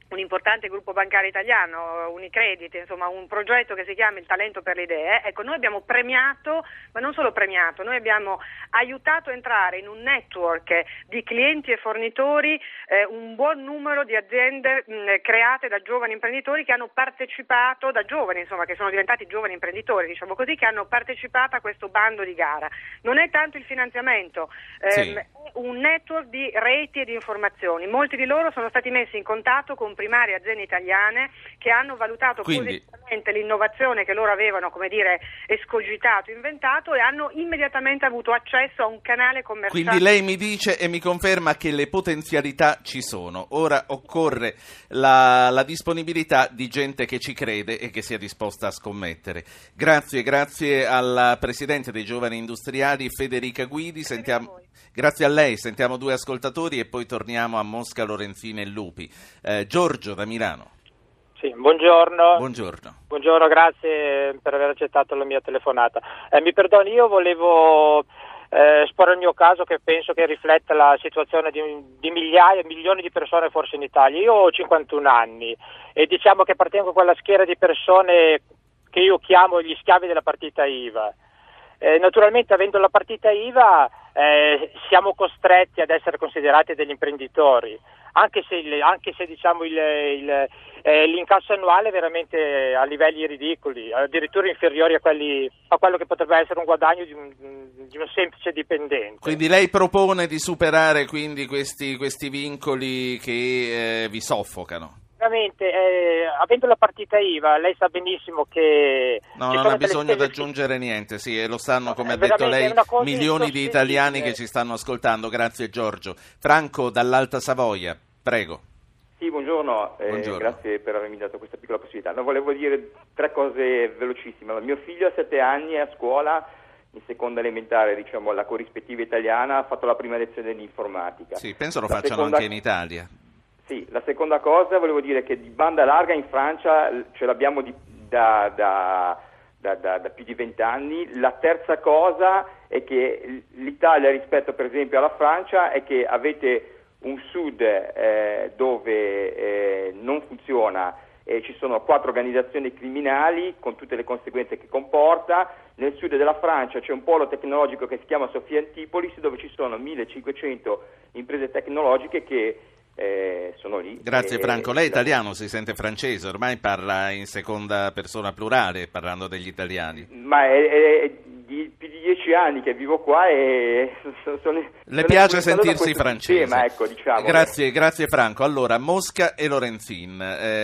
un importante gruppo bancario italiano, Unicredit, insomma un progetto che si chiama il talento per le idee. Ecco, noi abbiamo premiato, ma non solo premiato, noi abbiamo aiutato a entrare in un network di clienti e fornitori eh, un buon numero di aziende mh, create da giovani imprenditori che hanno partecipato, da giovani insomma, che sono diventati giovani imprenditori, diciamo così, che hanno partecipato a questo bando di gara. Non è tanto il finanziamento, ehm, sì. È un network di reti e di informazioni. Molti di loro sono stati messi in contatto con primarie aziende italiane che hanno valutato Quindi... positivamente l'innovazione che loro avevano, come dire, escogitato, inventato, e hanno immediatamente avuto accesso a un canale commerciale. Quindi lei mi dice e mi conferma che le potenzialità ci sono. Ora occorre la, la disponibilità di gente che ci crede e che sia disposta a scommettere. Grazie, grazie alla Presidente dei Giovani Industriali Federica Guidi. Sentiamo... Grazie a lei, sentiamo due ascoltatori e poi torniamo a Mosca, Lorenzin e Lupi. Eh, Giorgio da Milano. Sì, buongiorno. Buongiorno. Buongiorno, grazie per aver accettato la mia telefonata. Eh, mi perdoni, io volevo eh, esporre il mio caso, che penso che rifletta la situazione di, di migliaia, milioni di persone forse in Italia. Io ho cinquantuno anni e diciamo che appartengo a quella schiera di persone che io chiamo gli schiavi della partita I V A. Eh, naturalmente, avendo la partita I V A eh, siamo costretti ad essere considerati degli imprenditori, anche se, il, anche se diciamo il, il, eh, l'incasso annuale è veramente a livelli ridicoli, addirittura inferiori a quelli a quello che potrebbe essere un guadagno di un, di un semplice dipendente. Quindi lei propone di superare quindi questi, questi vincoli che eh, vi soffocano? Veramente, eh, avendo la partita I V A, lei sa benissimo che... No, non ha bisogno di aggiungere niente, sì, e lo sanno, come ha detto lei, milioni di italiani che ci stanno ascoltando. Grazie Giorgio. Franco dall'Alta Savoia, prego. Sì, buongiorno, eh, buongiorno. Grazie per avermi dato questa piccola possibilità. No, volevo dire tre cose velocissime. Mio figlio ha sette anni, è a scuola, in seconda elementare, diciamo, alla corrispettiva italiana, ha fatto la prima lezione di informatica. Sì, penso lo la facciano seconda... anche in Italia. Sì, la seconda cosa volevo dire che di banda larga in Francia ce l'abbiamo di, da, da, da, da, da più di vent'anni. La terza cosa è che l'Italia rispetto per esempio alla Francia è che avete un sud eh, dove eh, non funziona e ci sono quattro organizzazioni criminali con tutte le conseguenze che comporta. Nel sud della Francia c'è un polo tecnologico che si chiama Sofia Antipolis, dove ci sono millecinquecento imprese tecnologiche che Eh, sono lì. Grazie e, Franco, lei è italiano, si sente francese, ormai parla in seconda persona plurale parlando degli italiani. Ma è, è, è di più di dieci anni che vivo qua e sono, sono, le piace sentirsi francese, sistema, ecco, diciamo. Grazie, grazie Franco. Allora, Mosca e Lorenzin,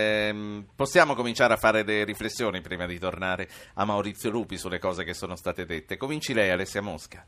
eh, possiamo cominciare a fare delle riflessioni prima di tornare a Maurizio Lupi sulle cose che sono state dette. Cominci lei, Alessia Mosca.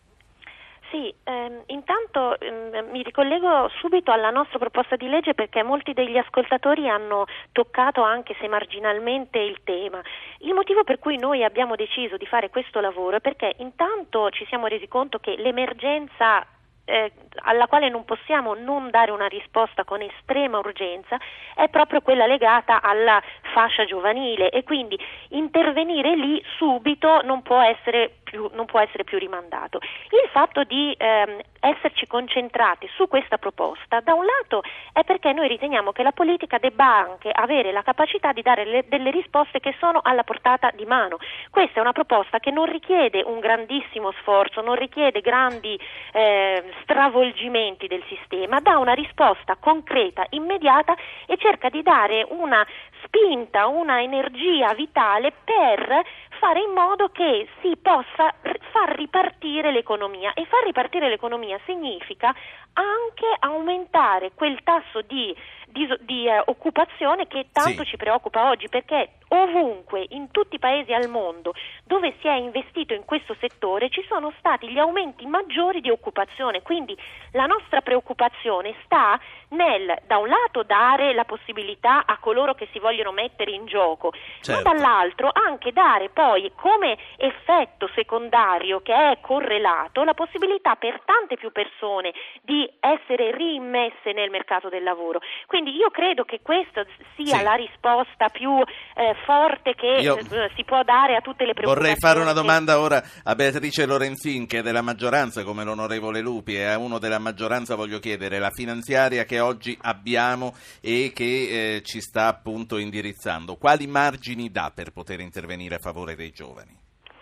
Sì, ehm, intanto ehm, mi ricollego subito alla nostra proposta di legge, perché molti degli ascoltatori hanno toccato, anche se marginalmente, il tema. Il motivo per cui noi abbiamo deciso di fare questo lavoro è perché intanto ci siamo resi conto che l'emergenza Eh, alla quale non possiamo non dare una risposta con estrema urgenza è proprio quella legata alla fascia giovanile, e quindi intervenire lì subito non può essere più, non può essere più rimandato. Il fatto di ehm, esserci concentrati su questa proposta, da un lato, è perché noi riteniamo che la politica debba anche avere la capacità di dare le, delle risposte che sono alla portata di mano. Questa è una proposta che non richiede un grandissimo sforzo, non richiede grandi eh, stravolgimenti del sistema, dà una risposta concreta, immediata, e cerca di dare una spinta, una energia vitale per fare in modo che si possa far ripartire l'economia. E far ripartire l'economia significa anche aumentare quel tasso di, di, di uh, occupazione che tanto sì. ci preoccupa oggi, perché ovunque, in tutti i paesi al mondo dove si è investito in questo settore, ci sono stati gli aumenti maggiori di occupazione. Quindi la nostra preoccupazione sta nel, da un lato, dare la possibilità a coloro che si vogliono mettere in gioco, certo. ma dall'altro anche dare poi come effetto secondario, che è correlato, la possibilità per tante più persone di essere riimmesse nel mercato del lavoro. Quindi io credo che questa sia sì. la risposta più eh, forte che io eh, si può dare a tutte le preoccupazioni. Vorrei fare una domanda ora a Beatrice Lorenzin, che è della maggioranza come l'onorevole Lupi, e a uno della maggioranza voglio chiedere: la finanziaria che oggi abbiamo e che eh, ci sta appunto indirizzando. Quali margini dà per poter intervenire a favore dei giovani?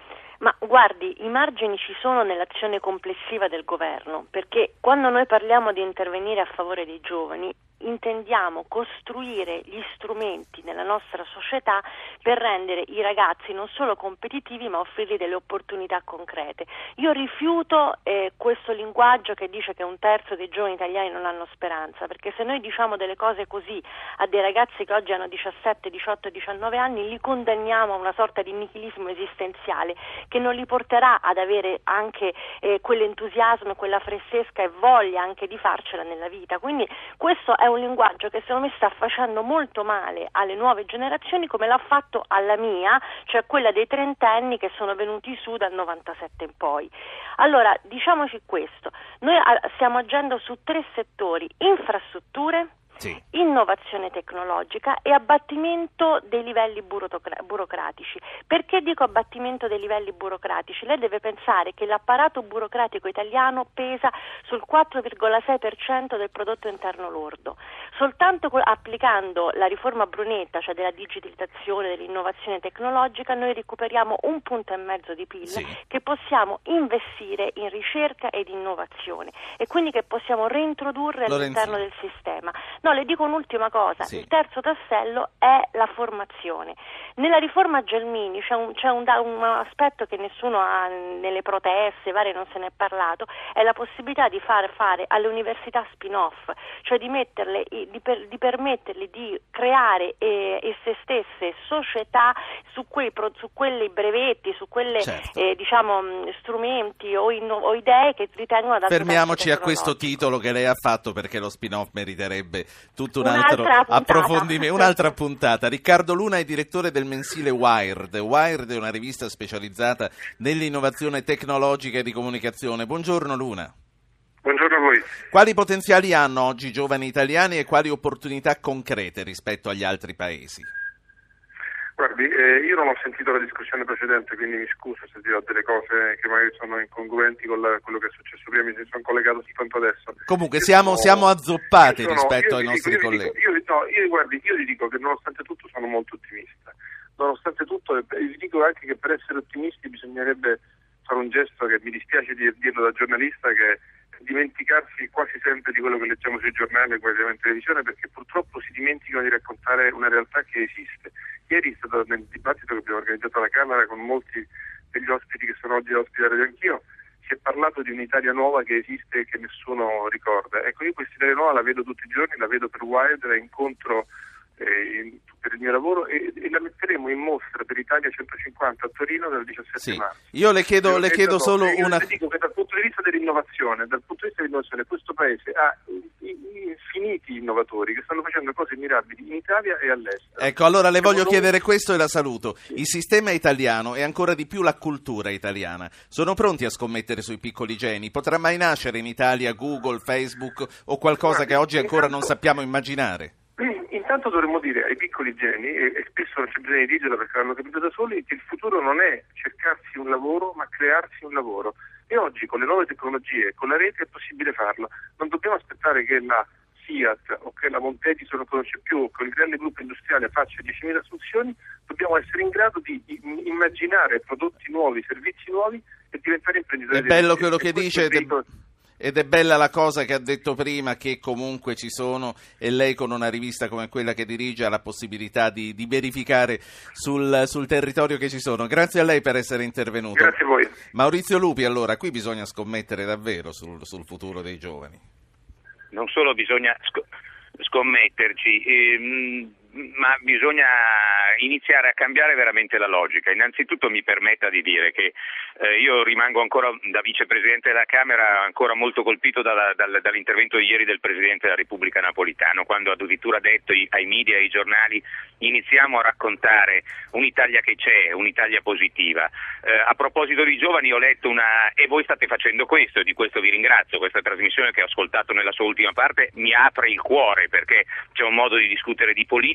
Ma guardi, i margini ci sono nell'azione complessiva del governo, perché quando noi parliamo di intervenire a favore dei giovani intendiamo costruire gli strumenti nella nostra società per rendere i ragazzi non solo competitivi ma offrirgli delle opportunità concrete. Io rifiuto eh, questo linguaggio che dice che un terzo dei giovani italiani non hanno speranza, perché se noi diciamo delle cose così a dei ragazzi che oggi hanno diciassette, diciotto, diciannove anni, li condanniamo a una sorta di nichilismo esistenziale che non li porterà ad avere anche eh, quell'entusiasmo, quella freschezza e voglia anche di farcela nella vita. Quindi questo è un linguaggio che secondo me sta facendo molto male alle nuove generazioni, come l'ha fatto alla mia, cioè quella dei trentenni che sono venuti su dal novantasette in poi. Allora, diciamoci questo, noi stiamo agendo su tre settori: infrastrutture, sì, innovazione tecnologica e abbattimento dei livelli burocra- burocratici. Perché dico abbattimento dei livelli burocratici? Lei deve pensare che l'apparato burocratico italiano pesa sul quattro virgola sei per cento del prodotto interno lordo. Soltanto co- applicando la riforma Brunetta, cioè della digitalizzazione, dell'innovazione tecnologica, noi recuperiamo un punto e mezzo di P I L, sì, che possiamo investire in ricerca ed innovazione e quindi che possiamo reintrodurre all'interno del sistema. No, le dico un'ultima cosa, sì. Il terzo tassello è la formazione. Nella riforma Gelmini c'è, un, c'è un, un aspetto che nessuno ha nelle proteste, varie non se ne è parlato, è la possibilità di far fare alle università spin-off, cioè di, metterle, di, per, di permettergli di creare eh, esse stesse società su quei su quelli brevetti, su quelle certo. eh, diciamo strumenti o, inno, o idee che ritengono da Fermiamoci a questo titolo che lei ha fatto, perché lo spin-off meriterebbe tutto un altro approfondimento, un'altra puntata. Riccardo Luna è direttore del mensile Wired. Wired è una rivista specializzata nell'innovazione tecnologica e di comunicazione. Buongiorno Luna. Buongiorno a voi. Quali potenziali hanno oggi i giovani italiani e quali opportunità concrete rispetto agli altri paesi? Guardi, eh, io non ho sentito la discussione precedente, quindi mi scuso se dirò delle cose che magari sono incongruenti con la, quello che è successo prima, mi sono collegato soltanto adesso. Comunque siamo, sono, siamo azzoppati sono, rispetto ai dico, nostri io colleghi. Dico, io, no, io, guardi, io vi dico che nonostante tutto sono molto ottimista. Nonostante tutto, vi dico anche che per essere ottimisti bisognerebbe fare un gesto che mi dispiace di dirlo da giornalista, che dimenticarsi quasi sempre di quello che leggiamo sui giornali e guardiamo in televisione, perché purtroppo si dimenticano di raccontare una realtà che esiste. Ieri è stato nel dibattito che abbiamo organizzato alla Camera con molti degli ospiti che sono oggi ospiti da Radio Anch'io, si è parlato di un'Italia nuova che esiste e che nessuno ricorda. Ecco, io questa Italia nuova la vedo tutti i giorni, la vedo per Wired, la incontro eh, in, per il mio lavoro e, e la metteremo in mostra per Italia centocinquanta a Torino dal diciassette sì. marzo. Io le chiedo, le chiedo solo io una... Io dico che dal punto di vista dell'innovazione, dal punto di vista dell'innovazione questo Paese ha infiniti innovatori che stanno facendo cose mirabili in Italia e all'estero. Ecco, allora le voglio noi... chiedere questo e la saluto. Sì. Il sistema italiano e ancora di più la cultura italiana sono pronti a scommettere sui piccoli geni? Potrà mai nascere in Italia Google, Facebook o qualcosa Guardi, che oggi ancora intanto, non sappiamo immaginare? Intanto dovremmo dire ai piccoli geni, e, e spesso non c'è bisogno di dirlo perché l'hanno capito da soli, che il futuro non è cercarsi un lavoro ma crearsi un lavoro. E oggi con le nuove tecnologie, con la rete è possibile farlo. Non dobbiamo aspettare che la Fiat o che la Montedi non conosce più, che il grande gruppo industriale faccia diecimila assunzioni, dobbiamo essere in grado di immaginare prodotti nuovi, servizi nuovi e diventare imprenditori. È bello quello che dice ed è, ed è bella la cosa che ha detto prima, che comunque ci sono, e lei con una rivista come quella che dirige ha la possibilità di, di verificare sul, sul territorio che ci sono. Grazie a lei per essere intervenuto. Grazie a voi. Maurizio Lupi, allora qui bisogna scommettere davvero sul, sul futuro dei giovani. Non solo bisogna sc- scommetterci, ehm, ma bisogna iniziare a cambiare veramente la logica. Innanzitutto mi permetta di dire che eh, io rimango ancora da vicepresidente della Camera ancora molto colpito dalla, dal, dall'intervento di ieri del Presidente della Repubblica Napolitano, quando ha addirittura detto ai media e ai giornali: iniziamo a raccontare un'Italia che c'è, un'Italia positiva. Eh, a proposito di giovani ho letto una, e voi state facendo questo e di questo vi ringrazio, questa trasmissione che ho ascoltato nella sua ultima parte mi apre il cuore, perché c'è un modo di discutere di politica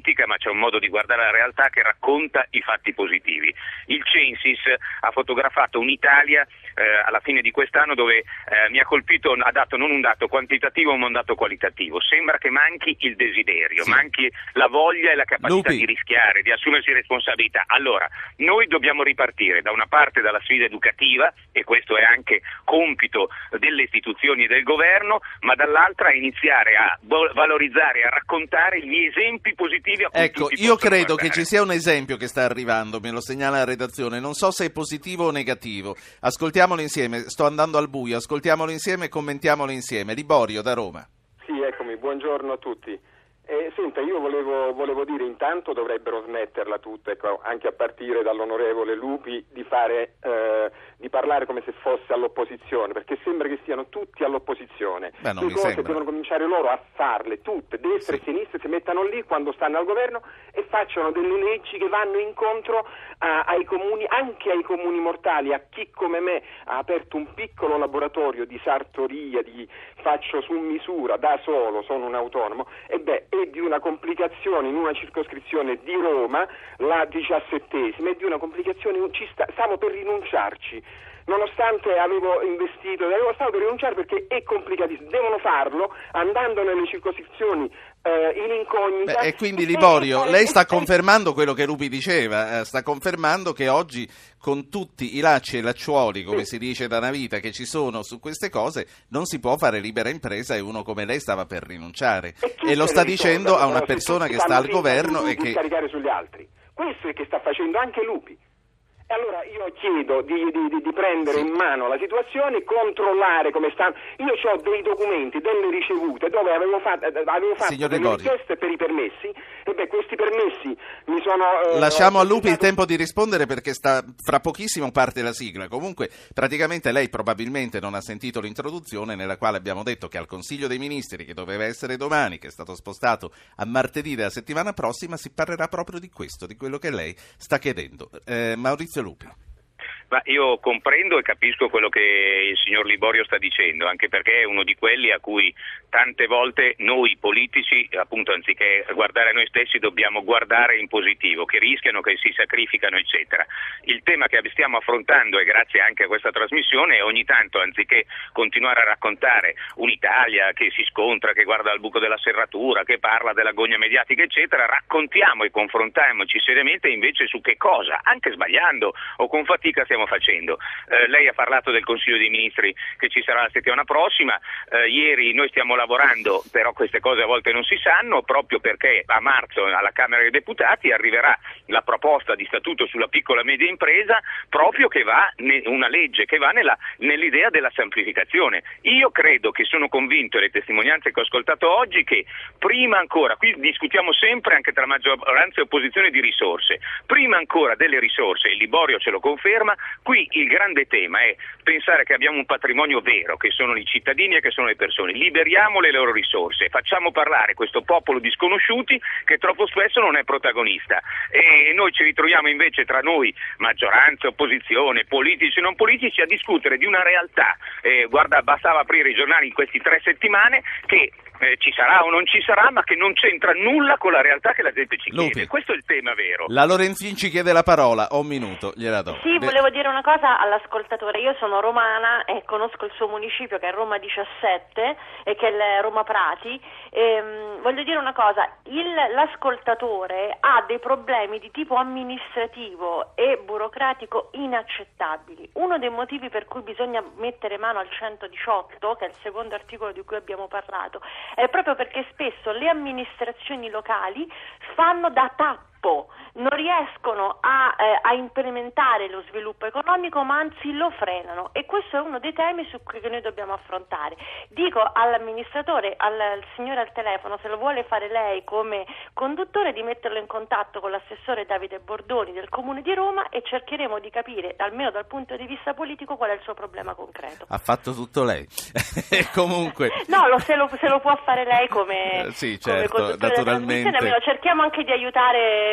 politica, ma c'è un modo di guardare la realtà che racconta i fatti positivi. Il Censis ha fotografato un'Italia eh, alla fine di quest'anno dove eh, mi ha colpito, ha dato non un dato quantitativo ma un dato qualitativo. Sembra che manchi il desiderio, sì. manchi la voglia e la capacità Lupi. di rischiare, di assumersi responsabilità. Allora, noi dobbiamo ripartire da una parte dalla sfida educativa, e questo è anche compito delle istituzioni e del governo, ma dall'altra iniziare a valorizzare, a raccontare gli esempi positivi a cui Ecco, tutti io possono credo guardare. che ci sia un esempio che sta arrivando, me lo segnala la redazione, non so se è positivo o negativo. Ascoltiamolo insieme, sto andando al buio, ascoltiamolo insieme e commentiamolo insieme. Liborio da Roma. Sì, eccomi, buongiorno a tutti. Eh, senta, io volevo, volevo dire, intanto dovrebbero smetterla tutta, ecco, anche a partire dall'onorevole Lupi, di fare eh, di parlare come se fosse all'opposizione, perché sembra che siano tutti all'opposizione. Beh, non Le mi cose sembra. devono cominciare loro a farle tutte, destra Sì. e sinistra, si mettano lì quando stanno al governo e facciano delle leggi che vanno incontro a, ai comuni, anche ai comuni mortali, a chi come me ha aperto un piccolo laboratorio di sartoria, di faccio su misura da solo, sono un autonomo, e beh, e di una complicazione in una circoscrizione di Roma, la diciassettesima, e di una complicazione, ci sta, stavo per rinunciarci, nonostante avevo investito, avevo stato per rinunciare perché è complicatissimo, devono farlo andando nelle circoscrizioni eh, in incognita. Beh, e quindi e- Liborio, e- lei sta e- confermando quello che Lupi diceva, eh, sta confermando che oggi con tutti i lacci e lacciuoli, come si dice da una vita, che ci sono su queste cose, non si può fare libera impresa e uno come lei stava per rinunciare. E, chi lo se sta ne dicendo risolve, a una però, se persona tutti che sta fanno al finta governo di- e di che... scaricare sugli altri. Questo è che sta facendo anche Lupi. E allora io chiedo di, di, di prendere in mano la situazione, controllare come stanno. Io ho dei documenti, delle ricevute dove avevo fatto, avevo fatto Signor delle Liborio. richieste per i permessi, e beh, questi permessi mi sono... eh, Lasciamo ho a Lupi il cercato- tempo di rispondere perché sta fra pochissimo parte la sigla. Comunque, praticamente lei probabilmente non ha sentito l'introduzione nella quale abbiamo detto che al Consiglio dei Ministri, che doveva essere domani, che è stato spostato a martedì della settimana prossima, si parlerà proprio di questo, di quello che lei sta chiedendo. Eh, Maurizio Lupi. Ma io comprendo e capisco quello che il signor Liborio sta dicendo, anche perché è uno di quelli a cui tante volte noi politici, appunto, anziché guardare noi stessi, dobbiamo guardare in positivo, che rischiano, che si sacrificano, eccetera. Il tema che stiamo affrontando, e grazie anche a questa trasmissione, è ogni tanto, anziché continuare a raccontare un'Italia che si scontra, che guarda al buco della serratura, che parla della gogna mediatica, eccetera, raccontiamo e confrontiamoci seriamente invece su che cosa, anche sbagliando o con fatica, stiamo facendo. Eh, lei ha parlato del Consiglio dei Ministri che ci sarà la settimana prossima. Eh, ieri noi stiamo lavorando, però queste cose a volte non si sanno, proprio perché a marzo alla Camera dei Deputati arriverà la proposta di statuto sulla piccola e media impresa, proprio che va ne, una legge che va nella, nell'idea della semplificazione. Io credo, che sono convinto, le testimonianze che ho ascoltato oggi, che prima ancora, qui discutiamo sempre anche tra maggioranza e opposizione di risorse, prima ancora delle risorse, il Liborio ce lo conferma, qui il grande tema è pensare che abbiamo un patrimonio vero, che sono i cittadini e che sono le persone. Liberiamo le loro risorse, facciamo parlare questo popolo di sconosciuti che troppo spesso non è protagonista. E noi ci ritroviamo invece tra noi, maggioranza, opposizione, politici e non politici, a discutere di una realtà. Eh, guarda, bastava aprire i giornali in queste tre settimane che Eh, ci sarà o non ci sarà, ma che non c'entra nulla con la realtà che la gente ci chiede. Lupi. Questo è il tema vero. La Lorenzin ci chiede la parola, ho un minuto, gliela do. Sì, Beh, volevo dire una cosa all'ascoltatore. Io sono romana e conosco il suo municipio, che è Roma diciassette, e che è il Roma Prati. Ehm, voglio dire una cosa, il, l'ascoltatore ha dei problemi di tipo amministrativo e burocratico inaccettabili. Uno dei motivi per cui bisogna mettere mano al centodiciotto, che è il secondo articolo di cui abbiamo parlato, è proprio perché spesso le amministrazioni locali fanno da tappo, non riescono a, eh, a implementare lo sviluppo economico, ma anzi lo frenano, e questo è uno dei temi su cui noi dobbiamo affrontare. Dico all'amministratore, al, al signore al telefono, se lo vuole fare lei come conduttore, di metterlo in contatto con l'assessore Davide Bordoni del Comune di Roma, e cercheremo di capire, almeno dal punto di vista politico, qual è il suo problema concreto. ha fatto tutto lei. Comunque... No, lo, se, lo, se lo può fare lei come, Eh, sì, come certo, conduttore della naturalmente. trasmissione, almeno cerchiamo anche di aiutare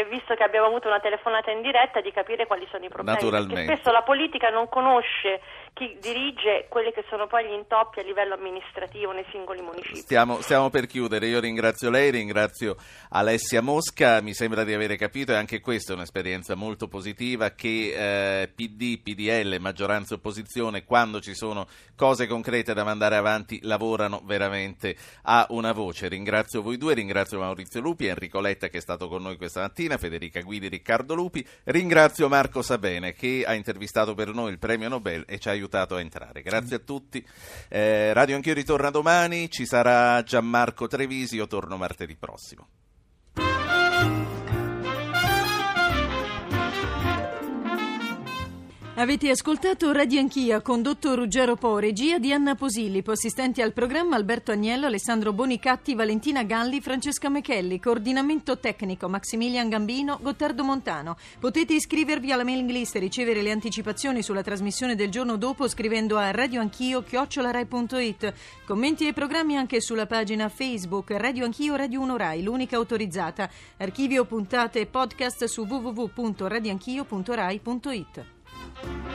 e visto che abbiamo avuto una telefonata in diretta, di capire quali sono i problemi. Naturalmente. Perché spesso la politica non conosce chi dirige quelli che sono poi gli intoppi a livello amministrativo nei singoli municipi. Stiamo, stiamo per chiudere, io ringrazio lei, ringrazio Alessia Mosca, mi sembra di avere capito, e anche questa è un'esperienza molto positiva, che eh, P D, P D L, maggioranza e opposizione, quando ci sono cose concrete da mandare avanti, lavorano veramente a una voce. Ringrazio voi due, ringrazio Maurizio Lupi, Enrico Letta che è stato con noi questa mattina, Federica Guidi, Riccardo Lupi, ringrazio Marco Sabene che ha intervistato per noi il premio Nobel e ci ha aiutato a entrare. Grazie a tutti. Eh, Radio Anch'io ritorna domani, ci sarà Gianmarco Trevisi, io torno martedì prossimo. Avete ascoltato Radio Anch'io, condotto Ruggero Po, regia di Anna Posillipo, assistenti al programma Alberto Agnello, Alessandro Bonicatti, Valentina Galli, Francesca Mechelli, coordinamento tecnico Maximilian Gambino, Gottardo Montano. Potete iscrivervi alla mailing list e ricevere le anticipazioni sulla trasmissione del giorno dopo scrivendo a radioanchio chiocciola rai punto it. Commenti e programmi anche sulla pagina Facebook Radio Anch'io Radio uno Rai, l'unica autorizzata. Archivio puntate e podcast su w w w punto radioanchio punto rai punto it.